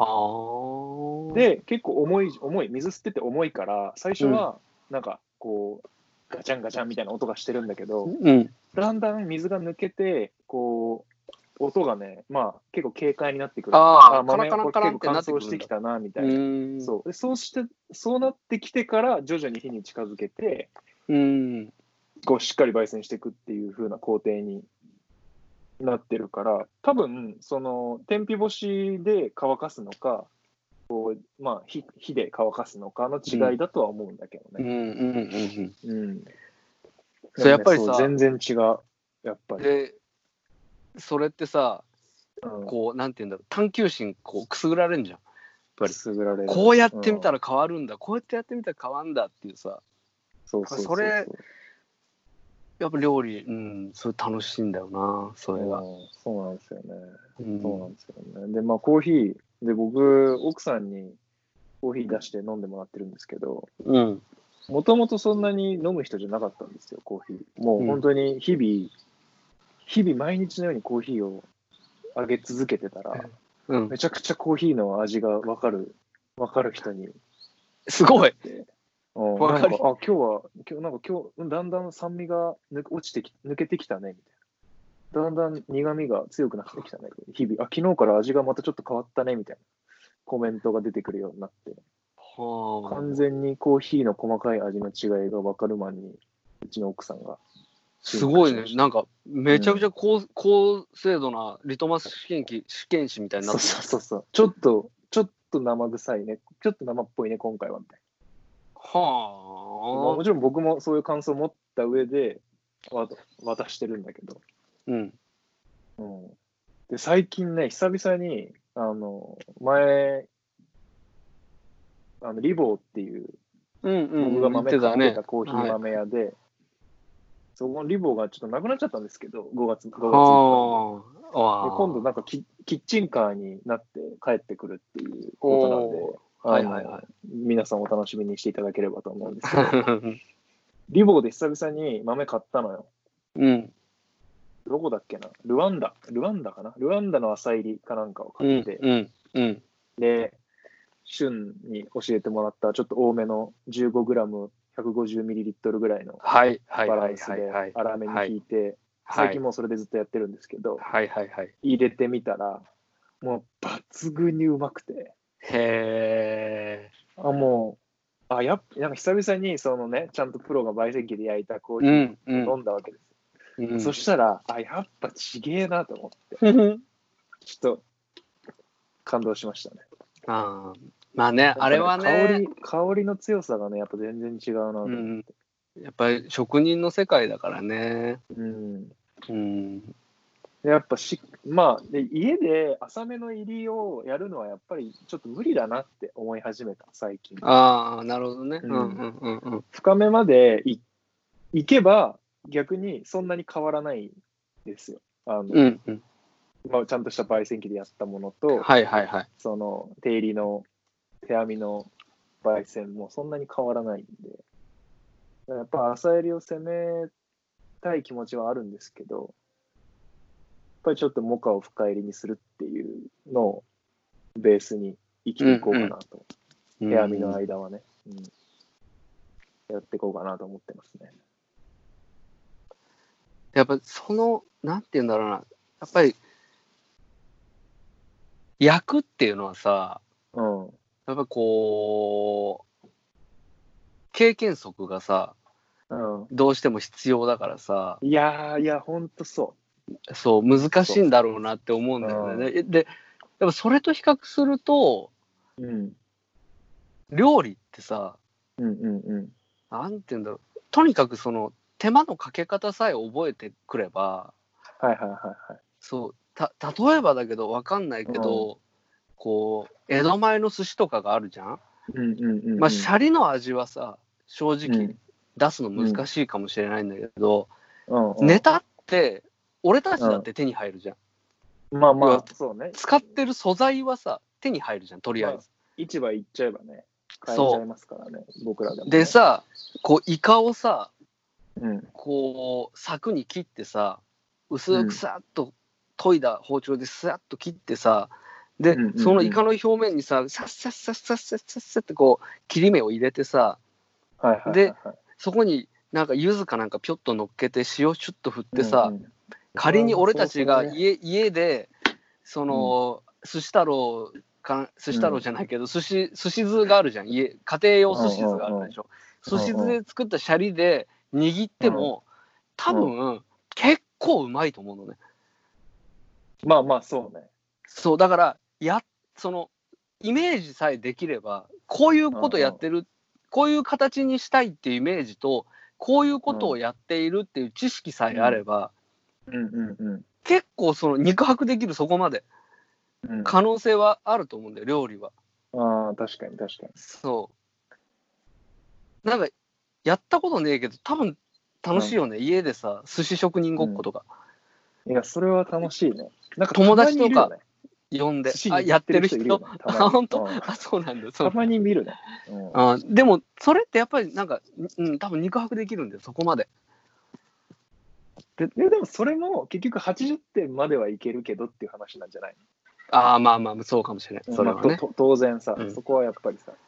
で、結構重い、水吸ってて重いから、最初はなんかこう、ガチャンガチャンみたいな音がしてるんだけど、だんだん水が抜けて、こう、音がね、結構軽快になってくる。豆が結構乾燥してきたな、みたいな。そうなってきてから徐々に火に近づけて、こうしっかり焙煎していくっていう風な工程になってるから、多分、その天日干しで乾かすのか、こう火で乾かすのかの違いだとは思うんだけどね。 やっぱりさ、 全然違う。やっぱり。 で、それってさ、こう、なんていうんだろう、探求心、こう、くすぐられるじゃん。やっぱり。こうやってみたら変わるんだ、こうやってやってみたら変わるんだっていうさ、それ、やっぱ料理、それ楽しいんだよな、それが。 そうなんですよね。そうなんですよね。で、コーヒー、で、僕、奥さんにコーヒー出して飲んでもらってるんですけど、もともとそんなに飲む人じゃなかったんですよ、コーヒー。もう本当に日々毎日のようにコーヒーをあげ続けてたら、めちゃくちゃコーヒーの味が分かる人に。 すごい。 今日だんだん酸味が抜けてきたね、みたいな。だんだん苦味が強くなってきたね。日々、昨日から味がまたちょっと変わったね、みたいなコメントが出てくるようになって。 完全にコーヒーの細かい味の違いが分かるまんに、うちの奥さんが。 すごいね。なんか、めちゃくちゃ高精度なリトマス試験紙みたいになってる。 そう。ちょっと生臭いね。ちょっと生っぽいね、今回は。みたいな。もちろん僕もそういう感想を持った上で渡してるんだけど。で、最近ね、久々に、前、リボーっていう、僕が豆買ってたコーヒー豆屋で、そこのリボーがちょっとなくなっちゃったんですけど、5月1日で。今度なんかキッチンカーになって帰ってくるっていうことなんで、皆さんお楽しみにしていただければと思うんですけど、リボーで久々に豆買ったのよ。どこだっけな、ルワンダかな、ルワンダの朝入りかなんかを買って、で、旬に教えてもらったちょっと多めの 15g150ml ぐらいのバランスで粗めに引いて、最近もうそれでずっとやってるんですけど、入れてみたらもう抜群にうまくて、なんか久々にそのね、ちゃんとプロが焙煎機で焼いたコーヒーを飲んだわけです。そしたらやっぱちげえなと思ってちょっと感動しましたね。 まあね、あれはね、 香りの強さがね、やっぱ全然違うなと思って。 やっぱり職人の世界だからね。 やっぱで家で浅めの入りをやるのはやっぱりちょっと無理だなって思い始めた、最近。 なるほどね。 深めまでいけば逆にそんなに変わらないんですよ。ちゃんとした焙煎機でやったものと、その手入りの手編みの焙煎もそんなに変わらないんで、やっぱ浅煎りを攻めたい気持ちはあるんですけど、やっぱりちょっとモカを深入りにするっていうのをベースに生きていこうかなと、手編みの間はね、やっていこうかなと思ってますね。 やっぱなんて言うんだろうな、やっぱり焼くっていうのはさ、やっぱこう経験則がさ、どうしても必要だからさ、 いやほんとそう難しいんだろうなって思うんだよね。でやっぱそれと比較すると、料理ってさ、なんて言うんだろう、とにかくその手間のかけ方さえ覚えてくれば、そう例えばだけど分かんないけど、こう江戸前の寿司とかがあるじゃん。シャリの味はさ、正直出すの難しいかもしれないんだけど、ネタって俺たちだって手に入るじゃん。 そうね。 使ってる素材はさ手に入るじゃん、とりあえず。 市場行っちゃえばね、買えちゃいますからね、僕らでも、ね。 でさ、こうイカをさ、こう柵に切ってさ、薄くさっと研いだ包丁でさっと切ってさ、で、そのイカの表面にさ、さっさっさっさっさっさってこう切り目を入れてさ、でそこになんか柚子かなんかぴょっと乗っけて塩シュッと振ってさ、仮に俺たちが家でその寿司太郎じゃないけど、寿司酢があるじゃん、家庭用寿司酢があるでしょ。寿司酢で作ったシャリで握っても、多分結構うまいと思うのね。 そうね。 そうだからそのイメージさえできれば、こういうことやってる、こういう形にしたいっていうイメージと、こういうことをやっているっていう知識さえあれば、結構その肉薄できる、そこまで可能性はあると思うんだよ、料理は。 確かに。 そうなんかやったことねえけど多分楽しいよね、家でさ、寿司職人ごっことか。 いや、それは楽しいね。 なんか友達とか呼んで、やってる人、本当、そうなんだ。 たまに見るね。 でもそれってやっぱりなんか、多分肉薄できるんだよ、そこまで。 でもそれも結局80点まではいけるけどっていう話なんじゃない？ そうかもしれない。それはね、 当然さ、そこはやっぱりさ。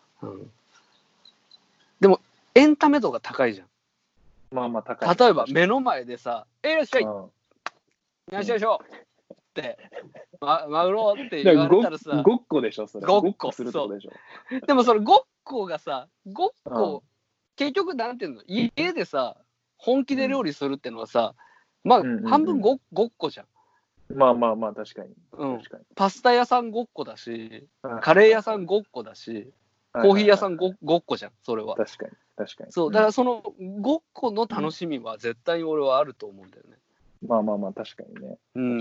でもエンタメ度が高いじゃん。 高い。 例えば目の前でさ、いらっしゃい、よいしょってマグロって言われたらさ、 ごっこでしょ、それ。 ごっこするってことでしょ。 でもそれごっ個がさ、5個、結局なんていうの、家でさ、本気で料理するってのはさ、まあ、半分 5個じゃん。 まあまあまあ、確かに。 うん確かに。 パスタ屋さん5個だし、カレー屋さん5個だし、コーヒー屋さん 5個じゃん、それは。 確かに。確かに。 そう、だからその5個の楽しみは絶対に俺はあると思うんだよね。 まあまあまあ、確かにね。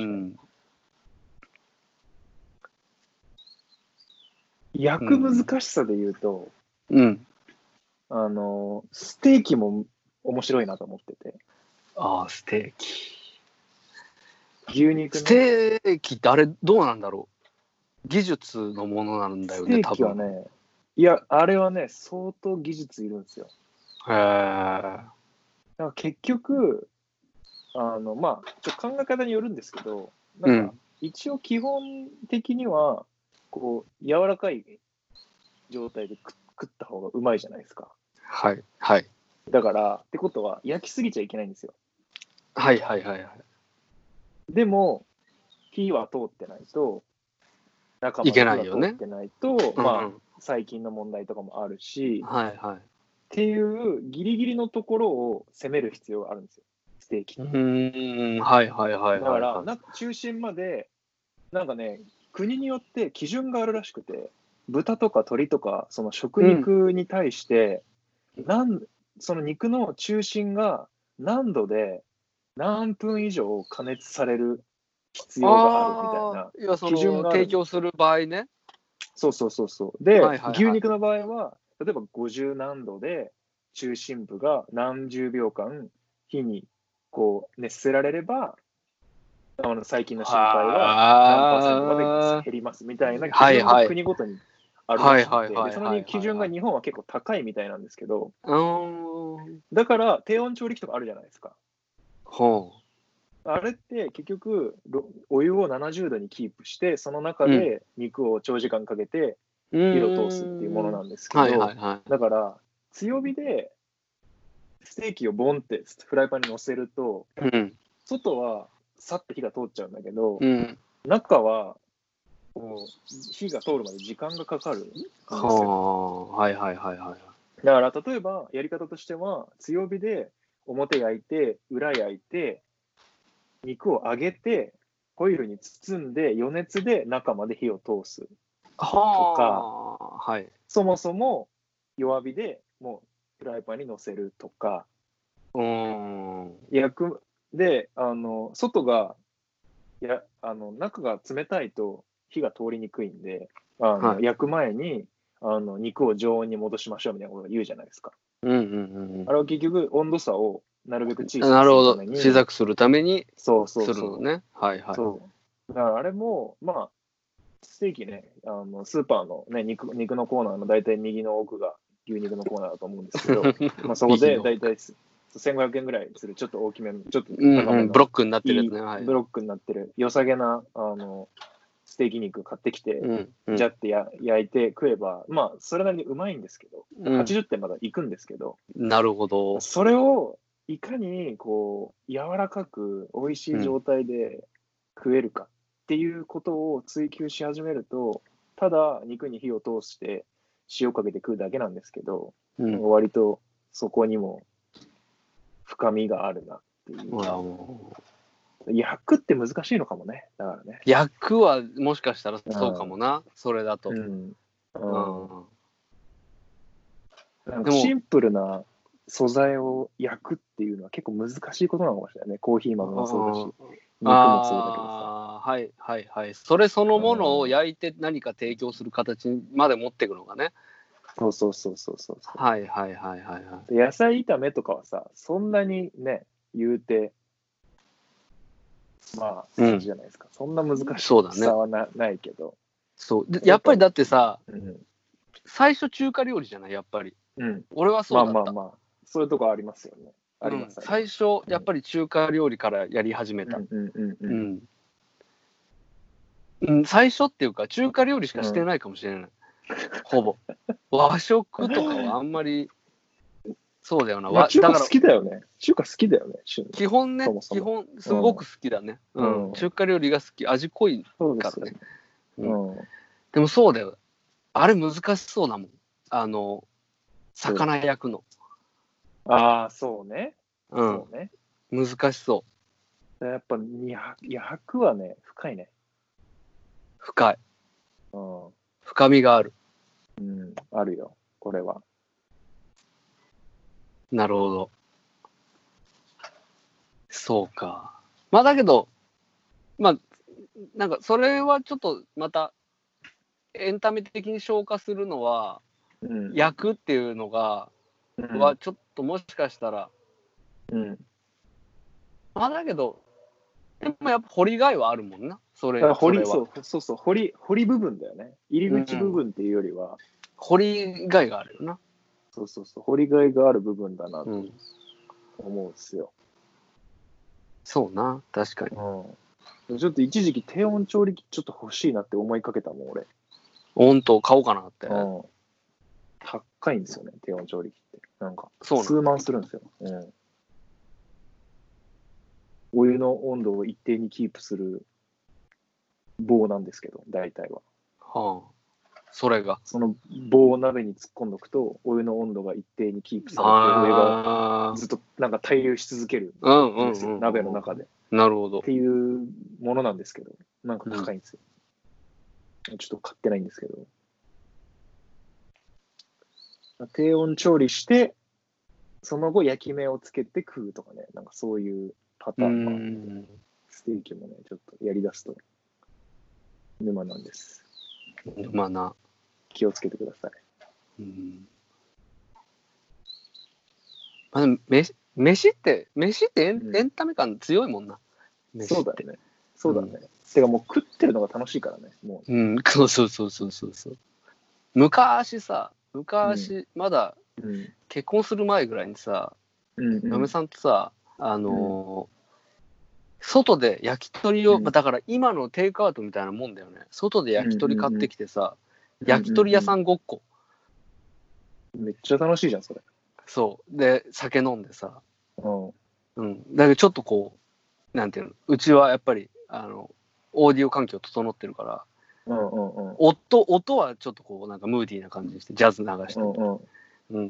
焼く難しさで言うと、ステーキも面白いなと思ってて。 ああ、ステーキ。 牛肉ね。 ステーキってあれどうなんだろう。技術のものなんだよね、 多分。ステーキはね、いや、あれはね、相当技術いるんですよ。 へえ。だから結局、まあ、考え方によるんですけど、なんか、一応基本的には、こう、柔らかい状態で食った方がうまいじゃないですか。 はい、はい。 だから、ってことは、焼きすぎちゃいけないんですよ。 はいはいはいはい。 でも、火は通ってないと、中まで火は通ってないと、まあ、細菌の問題とかもあるし、 はいはい。 っていうギリギリのところを攻める必要があるんですよ、ステーキって。 はいはいはい。 だから、中心まで、なんかね、国によって基準があるらしくて、豚とか鶏とか、その食肉に対して、その肉の中心が何度で何分以上加熱される必要があるみたいな基準がある。 提供する場合ね。 そうそうそうそう。で、牛肉の場合は、例えば50何度で中心部が何十秒間火にこう熱せられれば、細菌の心配は何%まで減りますみたいな基準が国ごとにあるらしくて、その基準が日本は結構高いみたいなんですけど、だから低温調理器とかあるじゃないですか。あれって結局お湯を70度にキープして、その中で肉を長時間かけて火を通すっていうものなんですけど、だから強火でステーキをボンってフライパンに乗せると、外はさって火が通っちゃうんだけど、中はこう火が通るまで時間がかかるんですよ。だから例えばやり方としては、強火で表焼いて裏焼いて肉を揚げてホイルに包んで余熱で中まで火を通すとか、そもそも弱火でもうフライパンに乗せるとか、焼くで外が中が冷たいと火が通りにくいんで、焼く前に肉を常温に戻しましょうみたいなことを言うじゃないですか。あれは結局温度差をなるべく小さくするために。 小さくするためにするのね。 だからあれも、まあ、ステーキね、スーパーの、ね、肉のコーナーの大体右の奥が牛肉のコーナーだと思うんですけど、まあそこで大体1500円ぐらいするちょっと大きめの、ちょっと高めのブロックになってるやつね。 ブロックになってる良さげなステーキ肉買ってきて、ジャって焼いて食えば、まあそれなりにうまいんですけど、80点までいくんですけど、 なるほど。 それをいかにこう柔らかく美味しい状態で食えるかっていうことを追求し始めると、ただ肉に火を通して塩かけて食うだけなんですけど、割とそこにも深みがあるなっていう。焼くって難しいのかもね。だからね。 焼くはもしかしたらそうかもな、それだと。 でもシンプルな素材を焼くっていうのは結構難しいことなのかもしれないね。コーヒー豆もそうだし、肉もそうだけどさ。 はいはいはい。それそのものを焼いて何か提供する形まで持っていくのがね。 そう。 はいはいはいはい。 野菜炒めとかはさ、そんなにね、言うて、まあ、そうじゃないですか。そんな難しさはないけど。 そう。やっぱりだってさ、最初中華料理じゃない、やっぱり。俺はそうだった。 まあ、そういうとこありますよね。 最初、やっぱり中華料理からやり始めた。最初っていうか、中華料理しかしてないかもしれない。ほぼ。和食とかはあんまり、そうだよな。 中華好きだよね。中華好きだよね。 基本ね、基本、すごく好きだね。中華料理が好き。味濃いからね。でもそうだよ。あれ難しそうだもん。 魚焼くの。 ああ、そうね。 そうね。難しそう。 やっぱ焼くはね、深いね。 深い。深みがある。 あるよ、これは。 なるほど。そうか。まあだけど、まあ、なんかそれはちょっとまた、エンタメ的に消化するのは、焼くっていうのが、はちょっともしかしたら、まあだけど、でもやっぱ掘りがいはあるもんな。それは。 そう、掘り部分だよね。入り口部分っていうよりは。 掘りがいがあるよな。 そう、掘りがいがある部分だなと思うんですよ。 そうな、確かに。 ちょっと一時期低温調理器ちょっと欲しいなって思いかけたもん、俺。 温度買おうかなって。 高いんですよね、低温調理器って。なんか、 数万するんですよ。お湯の温度を一定にキープする棒なんですけど、大体は。 それが。 その棒を鍋に突っ込んどくと、お湯の温度が一定にキープされて、お湯がずっとなんか対流し続けるんですよ、鍋の中で。 なるほど。 っていうものなんですけど、なんか高いんですよ。ちょっと買ってないんですけど。低温調理して、その後焼き目をつけて食うとかね、なんかそういうパターンが、ステーキもね、ちょっとやり出すと沼なんです。 沼な。 気をつけてください。 まあ、飯ってエンタメ感強いもんな。 そうだよね。そうだね。てかもう食ってるのが楽しいからね。もう。そう。昔、まだ結婚する前ぐらいにさ、嫁さんとさ、外で焼き鳥を、だから今のテイクアウトみたいなもんだよね。外で焼き鳥買ってきてさ、焼き鳥屋さんごっこ。 めっちゃ楽しいじゃん、それ。 そうで酒飲んでさ、だけどちょっとこうなんていうの、うちはやっぱりオーディオ環境整ってるから、音はちょっとこうなんかムーディーな感じにしてジャズ流して、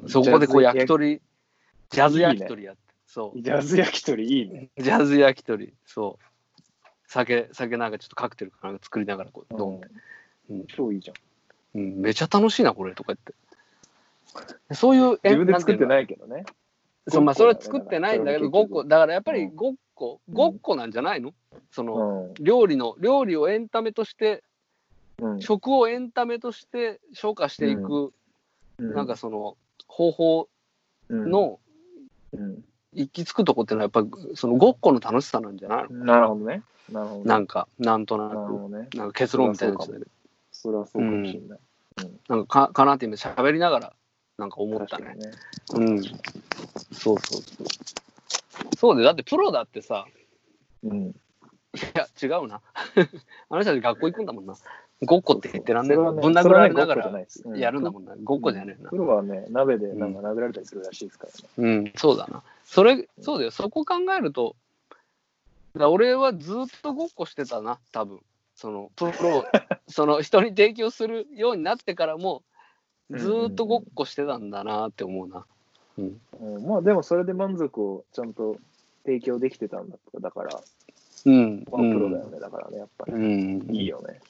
そこでこう焼き鳥ジャズ焼き鳥やって、そうジャズ焼き鳥いいね。 ジャズ焼き鳥、そう酒なんかちょっとカクテルかなんか作りながらこう飲んで、 超いいじゃん。 めちゃ楽しいなこれとか言って。そういう自分で作ってないけどね。 そうまあそれは作ってないんだけどごっこだからやっぱりごっこなんじゃないの？その料理をエンタメとして、食をエンタメとして消化していく、なんかその方法の行き着くとこってのはやっぱりそのごっこの楽しさなんじゃないの？ なるほどね。 なんかなんとなくなんか結論みたいなやつで。 それはそうかもしれない。 なんかかなって今喋りながらなんか思ったね。そう。そうでだってプロだってさ、いや違うな。あの人たち学校行くんだもんな。ごっこって言ってらんねえの。ぶん殴られながらやるんだもんな。ごっこじゃねえな。 プロはね鍋でなんか殴られたりするらしいですからね。そうだな。そうだよ。そこ考えると、俺はずっとごっこしてたな多分。そのプロその人に提供するようになってからもずっとごっこしてたんだなって思うな。 まあでもそれで満足をちゃんと提供できてたんだから、プロだよね。だからねやっぱり、いいよね。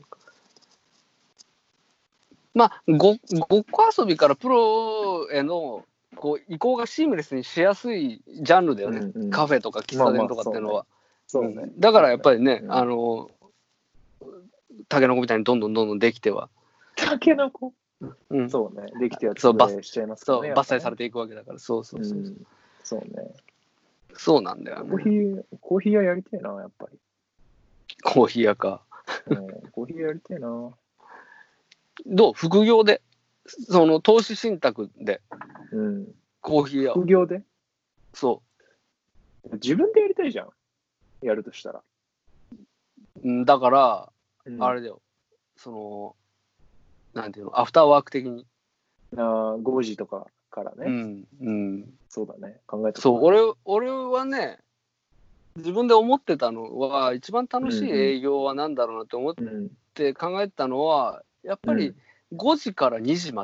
まあごっこ遊びからプロへのこう移行がシームレスにしやすいジャンルだよね。カフェとか喫茶店とかっていうのは。だからやっぱりね、タケノコみたいにどんどんできては。 タケノコ？そうね。できては潰れしちゃいますからね。 伐採されていくわけだから。そう。 そうね。 そうなんだよね。 コーヒー屋やりたいな、やっぱり。 コーヒー屋か。 コーヒー屋やりたいな。 どう？副業で、その投資信託で、コーヒー屋。 副業で？ そう。 自分でやりたいじゃん。やるとしたら。 だから、あれだよ。その、なんていうの、アフターワーク的に。 5時とかからね。そうだね。考えてそう、俺はね、自分で思ってたのは、一番楽しい営業は何だろうなって思って考えてたのは、やっぱり5時から2時まで。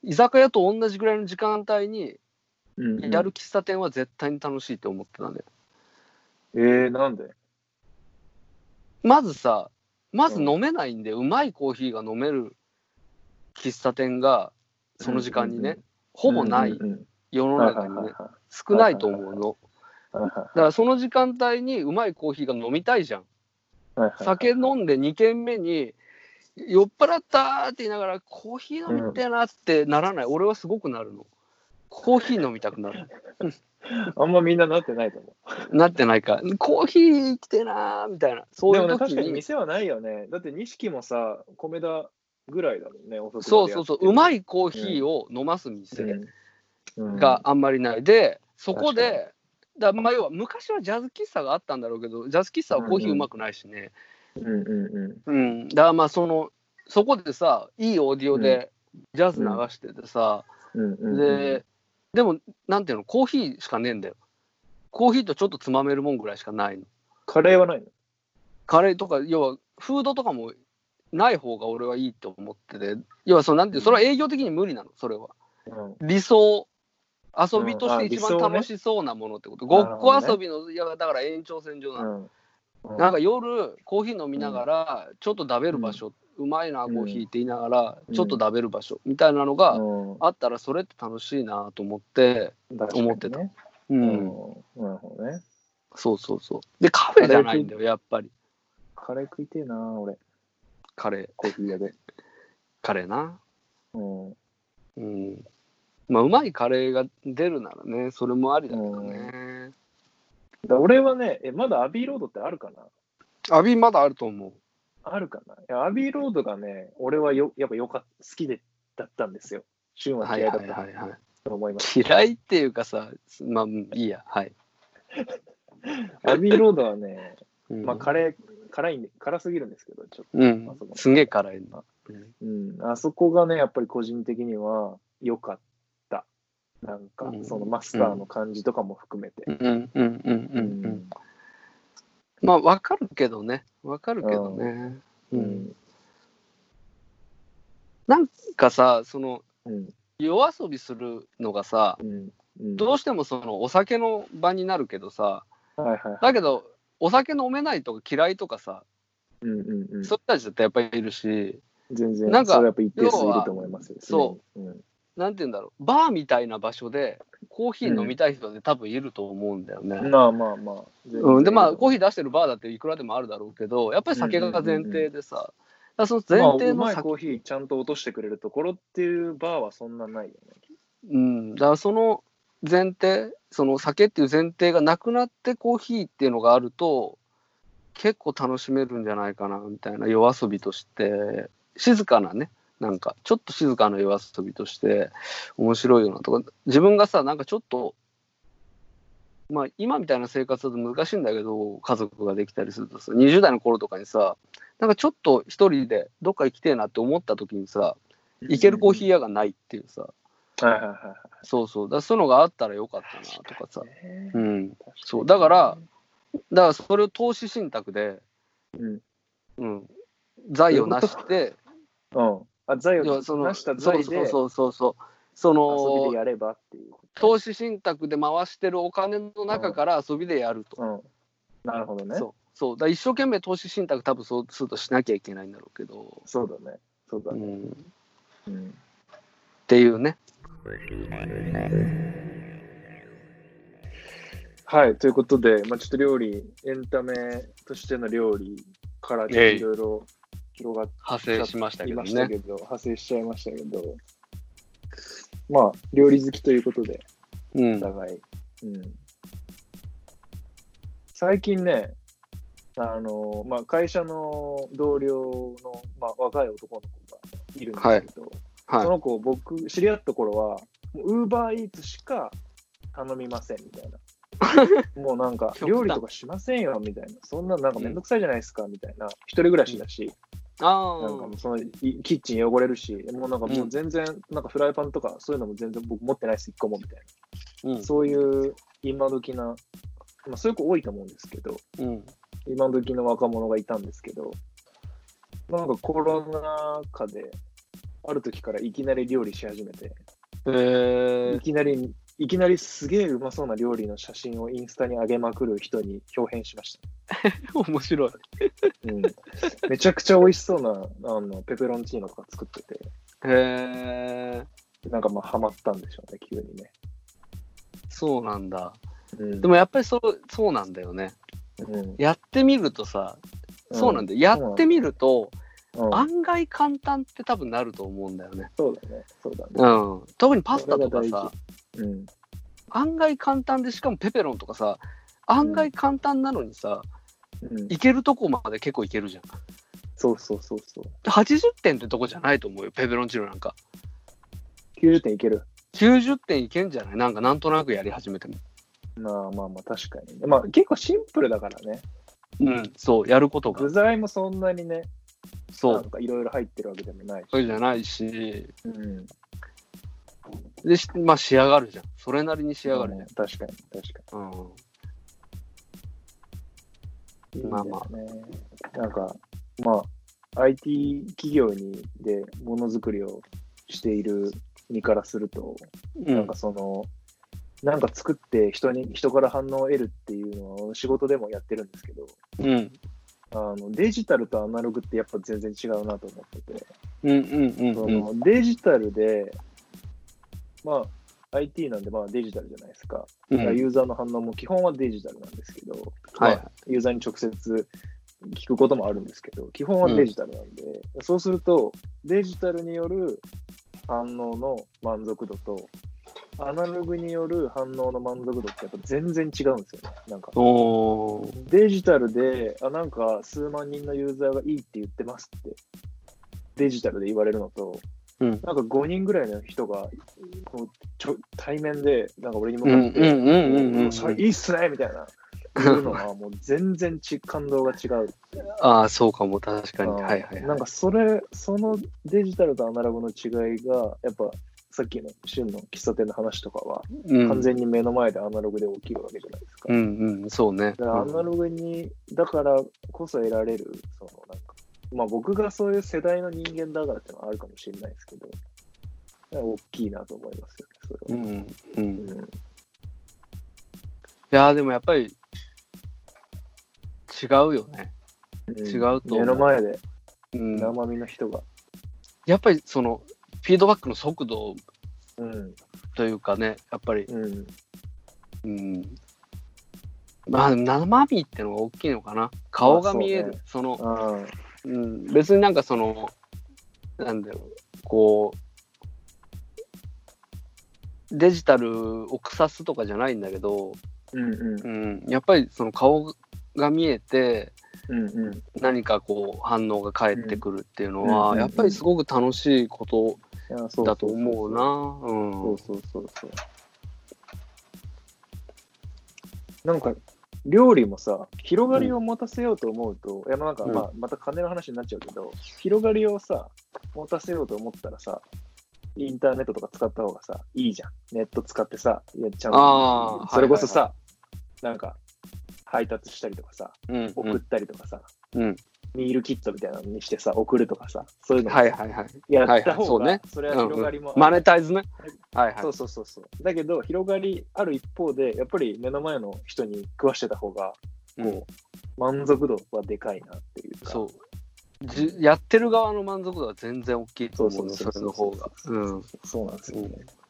居酒屋と同じぐらいの時間帯にうんうん、 やる喫茶店は絶対に楽しいって思ってたね。 なんで？ まず飲めないんで、うまいコーヒーが飲める喫茶店がその時間にね、 うんうんうん、 ほぼない、 うんうんうん、 世の中にね、少ないと思うの。だからその時間帯にうまいコーヒーが飲みたいじゃん。酒飲んで2軒目に酔っ払ったって言いながらコーヒー飲みてえなってならない。俺はすごくなるの。コーヒー飲みたくなる。 あんまみんななってないと思う。なってないか。コーヒー来てなーみたいな。そういう時に。 でもね、確かに店はないよね。だって錦もさ、米田ぐらいだもんね、遅くまでやってる。 そうそうそう。うまいコーヒーを飲ます店があんまりない。で、そこで、要は昔はジャズ喫茶があったんだろうけど、ジャズ喫茶はコーヒーうまくないしね。だからそこでさ、いいオーディオでジャズ流しててさ、でもなんていうの、コーヒーしかねえんだよ。コーヒーとちょっとつまめるもんぐらいしかないの。 カレーはないの？ カレーとか、要はフードとかもない方が俺はいいと思ってて、要はなんていう、それは営業的に無理なの、それは。理想。遊びとして一番楽しそうなものってこと。ごっこ遊びの、いやだから延長線上なの。なんか夜コーヒー飲みながらちょっと食べる場所、うまいなコーヒーって言いながらちょっと食べる場所みたいなのがあったらそれって楽しいなと思って思ってた。 なるほどね。 そうそうそう。でカフェじゃないんだよやっぱり。 カレー食いてえな俺。 カレー。 コーヒー屋で。 カレーな。まあうまいカレーが出るならね、それもありだけどね。 俺はね、まだアビーロードってあるかな？ アビーまだあると思う。 あるかな？いや、アビーロードがね、俺はやっぱ好きだったんですよ。旬は嫌いだったと思います。 嫌いっていうかさ、まあいいや、はい。 アビーロードはね、まあ辛すぎるんですけど、ちょっと。 すげえ辛いな。 あそこがね、やっぱり個人的には良かった。なんか、そのマスターの感じとかも含めて。 まあ、わかるけどね。なんかさ、夜遊びするのがさ、どうしてもお酒の場になるけどさ、だけど、お酒飲めないとか嫌いとかさ、そういう人たちだってやっぱりいるし、 全然、なんか、それやっぱ一定数いると思いますよ。 そう。なんて言うんだろう、バーみたいな場所でコーヒー飲みたい人で多分いると思うんだよね。 まあまあまあ。 でまあコーヒー出してるバーだっていくらでもあるだろうけど、やっぱり酒が前提でさ、その前提のうまいコーヒーちゃんと落としてくれるところっていうバーはそんなないよね。 だからその前提、その酒っていう前提がなくなってコーヒーっていうのがあると結構楽しめるんじゃないかなみたいな、夜遊びとして静かなね。なんかちょっと静かな夜遊びとして面白いよなとか、自分がさなんかちょっとまあ今みたいな生活だと難しいんだけど、家族ができたりするとさ、20代の頃とかにさ、なんかちょっと一人でどっか行きてえなって思った時にさ、行けるコーヒー屋がないっていうさ、そうそう、だそういうのがあったらよかったなとかさ、そうだからそれを投資信託で、財を成して。 財を成した財で遊びでやればっていう。 投資信託で回してるお金の中から遊びでやると。 なるほどね。 そうだ一生懸命投資信託多分そうするとしなきゃいけないんだろうけど。 そうだね。 っていうね。 はい、ということで、ちょっと料理、エンタメとしての料理からいろいろ広がって派生しましたけどね。 派生しちゃいましたけど、まあ、料理好きということで、お互い。最近ね、会社の同僚の、若い男の子がいるんですけど、その子、僕、知り合った頃は、ウーバーイーツしか頼みませんみたいな。もうなんか、料理とかしませんよみたいな。そんななんかめんどくさいじゃないですかみたいな。一人暮らしだし。なんかもうそのキッチン汚れるし、もうなんかもう全然、なんかフライパンとかそういうのも全然僕持ってないです、一個もみたいな。そういう今時な、そういう子多いと思うんですけど、今時の若者がいたんですけど、なんかコロナ禍で、 ある時からいきなり料理し始めて、いきなりすげえうまそうな料理の写真をインスタに上げまくる人に表変しました。 面白い。 めちゃくちゃ美味しそうなペペロンチーノとか作ってて。なんかまあハマったんでしょうね、急にね。 そうなんだ。でもやっぱりそうなんだよね。やってみるとさ、そうなんだよ。やってみると、案外簡単って多分なると思うんだよね。 そうだね。 特にパスタとかさ、案外簡単で、しかもペペロンとかさ、案外簡単なのにさ、いけるとこまで結構いけるじゃん。 そう。 80点ってとこじゃないと思うよ、ペペロンチーノなんか。 90点いける。 90点いけんじゃない？なんとなくやり始めても。 まあ確かに。まあ結構シンプルだからね。 そう、やることが。 具材もそんなにね、 そう。 なんかいろいろ入ってるわけでもないし。 そうじゃないし、で、まあ仕上がるじゃん。それなりに仕上がるじゃん。 確かに。まあまあ。なんか、まあ、IT 企業でものづくりをしている身からすると、なんかなんか作って人から反応を得るっていうのは仕事でもやってるんですけど、デジタルとアナログってやっぱ全然違うなと思ってて、デジタルで、まあ IT なんでまあデジタルじゃないですか。ユーザーの反応も基本はデジタルなんですけど、ユーザーに直接聞くこともあるんですけど、基本はデジタルなんで、そうするとデジタルによる反応の満足度とアナログによる反応の満足度ってやっぱ全然違うんですよね。なんかデジタルでなんか数万人のユーザーがいいって言ってますってデジタルで言われるのと、なんか5人ぐらいの人が対面でなんか俺に向かってそれいいっすねみたいな言うのはもう全然感動が違う。 そうかも、確かに。 なんかそのデジタルとアナログの違いがやっぱさっきの旬の喫茶店の話とかは、完全に目の前でアナログで起きるわけじゃないですか。 そうね。 だからアナログに、だからこそ得られる、なんか、まあ僕がそういう世代の人間だからってのはあるかもしれないですけど、大きいなと思いますよね、それは。 いやでもやっぱり違うよね。違うと思う。 目の前で生身の人が。 やっぱりフィードバックの速度というかね、やっぱり、まあ生身ってのが大きいのかな。顔が見える、別になんかなんだろう、こうデジタルを腐すとかじゃないんだけど、やっぱり顔が見えて、何かこう反応が返ってくるっていうのは、やっぱりすごく楽しいことだと思うな。 そう。なんか料理もさ、広がりを持たせようと思うと、なんかまた金の話になっちゃうけど、広がりをさ持たせようと思ったらさ、インターネットとか使った方がさいいじゃん。ネット使ってさやっちゃう。それこそさ、なんか配達したりとかさ、送ったりとかさ、ミールキットみたいなのにしてさ送るとかさ、そういうのやった方がそれは広がりもマネタイズね。 そうだけど広がりある一方でやっぱり目の前の人に食わしてた方がこう満足度はでかいなっていうか、 やってる側の満足度は全然大きいと思うね、それの方が。 そうなんですよね。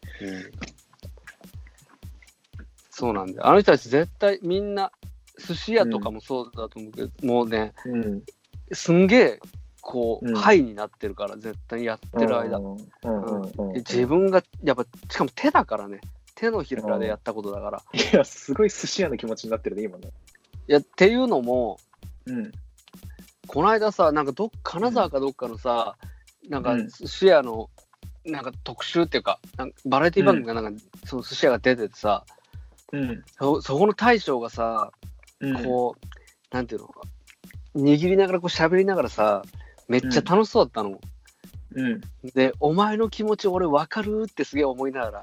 そうなんだよ。あの人たち絶対みんな寿司屋とかもそうだと思うけど、もうね、すんげえこう、ハイになってるから、絶対やってる間、自分がやっぱしかも手だからね、手のひらでやったことだから。 いやすごい寿司屋の気持ちになってるね今ね。 いやっていうのも、この間さ、なんか金沢かどっかのさ、なんか寿司屋のなんか特集っていうか、なんかバラエティ番組がなんか、その寿司屋が出ててさ、そこの大将がさ、こうなんていうの、握りながらこう喋りながらさ、めっちゃ楽しそうだったの。で、お前の気持ち俺分かるってすげえ思いなが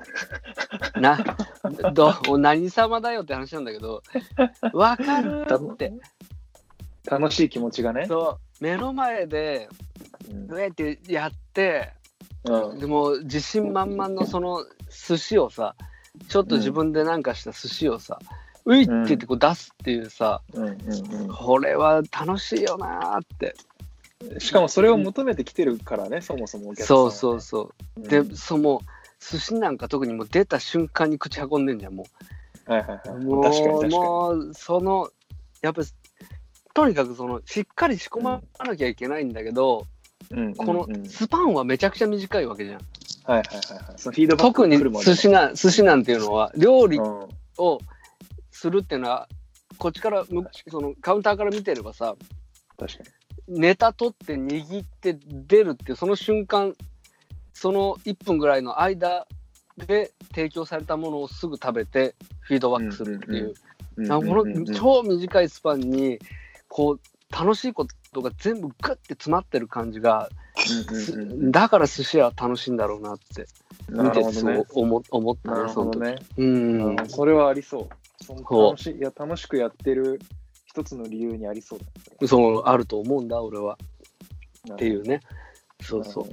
ら何様だよって話なんだけど、分かるって楽しい気持ちがね。 そう、目の前でうえってやって、 でも自信満々のその寿司をさ、ちょっと自分でなんかした寿司をさ、ういって言ってこう出すっていうさ、これは楽しいよなーって。 しかもそれを求めてきてるからね、そもそもお客さんは、ね。 そうで、もう寿司なんか特にもう出た瞬間に口運んでんじゃん、もう。 はいはいはい。もうそのやっぱとにかくそのしっかり仕込まなきゃいけないんだけど、このスパンはめちゃくちゃ短いわけじゃん。 はいはいはいはい。そのフィードバック特に寿司なんていうのは料理をするっていうのは、こっちからそのカウンターから見てればさ、 確かにネタ取って握って出るっていうその瞬間、その1分ぐらいの間で提供されたものをすぐ食べてフィードバックするっていう、この超短いスパンにこう楽しいことが全部グッて詰まってる感じが、だから寿司屋は楽しいんだろうなって見ててそう思ったね。 なるほどね。 それはありそう。楽しくやってる一つの理由にありそうだ。 そうあると思うんだ俺は。っていうね。そうそう。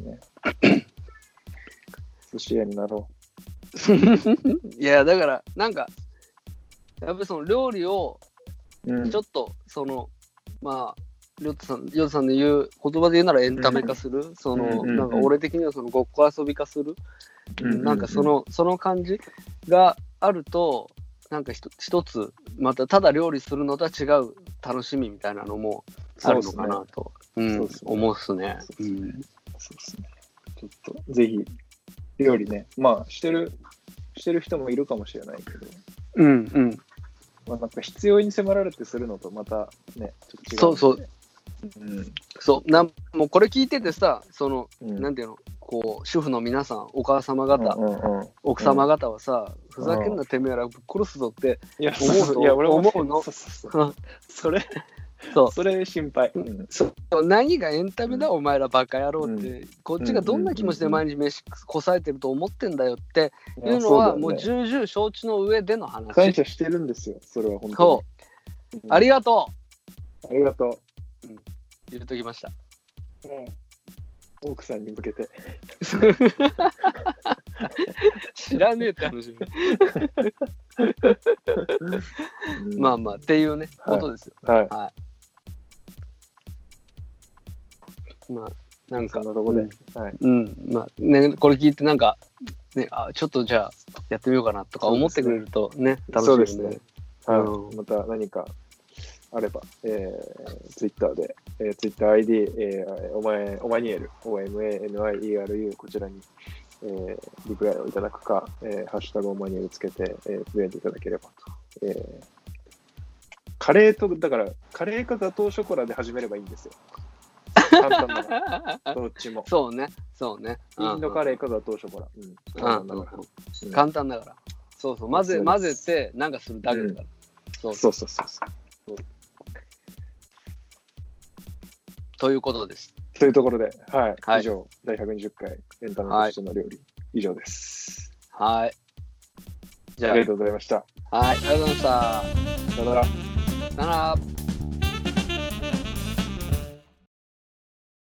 寿司屋になろう。いやだからなんかやっぱりその料理をちょっとそのまあヨッさんの言う言葉で言うならエンタメ化する、そのなんか俺的にはそのごっこ遊び化する、なんかその感じがあると、なんか一つまたただ料理するのとは違う楽しみみたいなのもあるのかなと思うっすね。 そうですね。ちょっとぜひ料理ね、まあしてる人もいるかもしれないけど、まあ、なんか必要に迫られてするのとまたねちょっと違う。 もうこれ聞いててさ、その、なんていうの、こう主婦の皆さん、お母様方、奥様方はさ、ふざけんなてめえらぶっ殺すぞって思うの。 それ心配。 何がエンタメだお前らバカ野郎って、こっちがどんな気持ちで毎日飯こさえてると思ってんだよっていうのはもう重々承知の上での話。 感謝してるんですよ、それは本当に。ありがとう。ありがとう。 言っときました。 奥さんに向けて。 知らねえって話。まあまあっていうね、ことですよ。はい。まあなんかそのとこで、 まあね、これ聞いてなんかね、ちょっとじゃあやってみようかなとか思ってくれるとね、楽しいですね。 また何かあれば、Twitter で、Twitter ID、オマニエル、OMANIERU こちらに、リプライをいただくか、ハッシュタグオマニエルつけて、つぶやいていただければと。カレーかガトーショコラで始めればいいんですよ。簡単だから。どっちも。 そうね。 インドカレーかガトーショコラ。 簡単だから。そう、混ぜてなんかするだけだから。 そう。 ということです。 というところで、以上、第120回エンタメとしての料理、以上です。 はい。 じゃあ、ありがとうございました。 はい、ありがとうございました。 さよなら。 さよなら。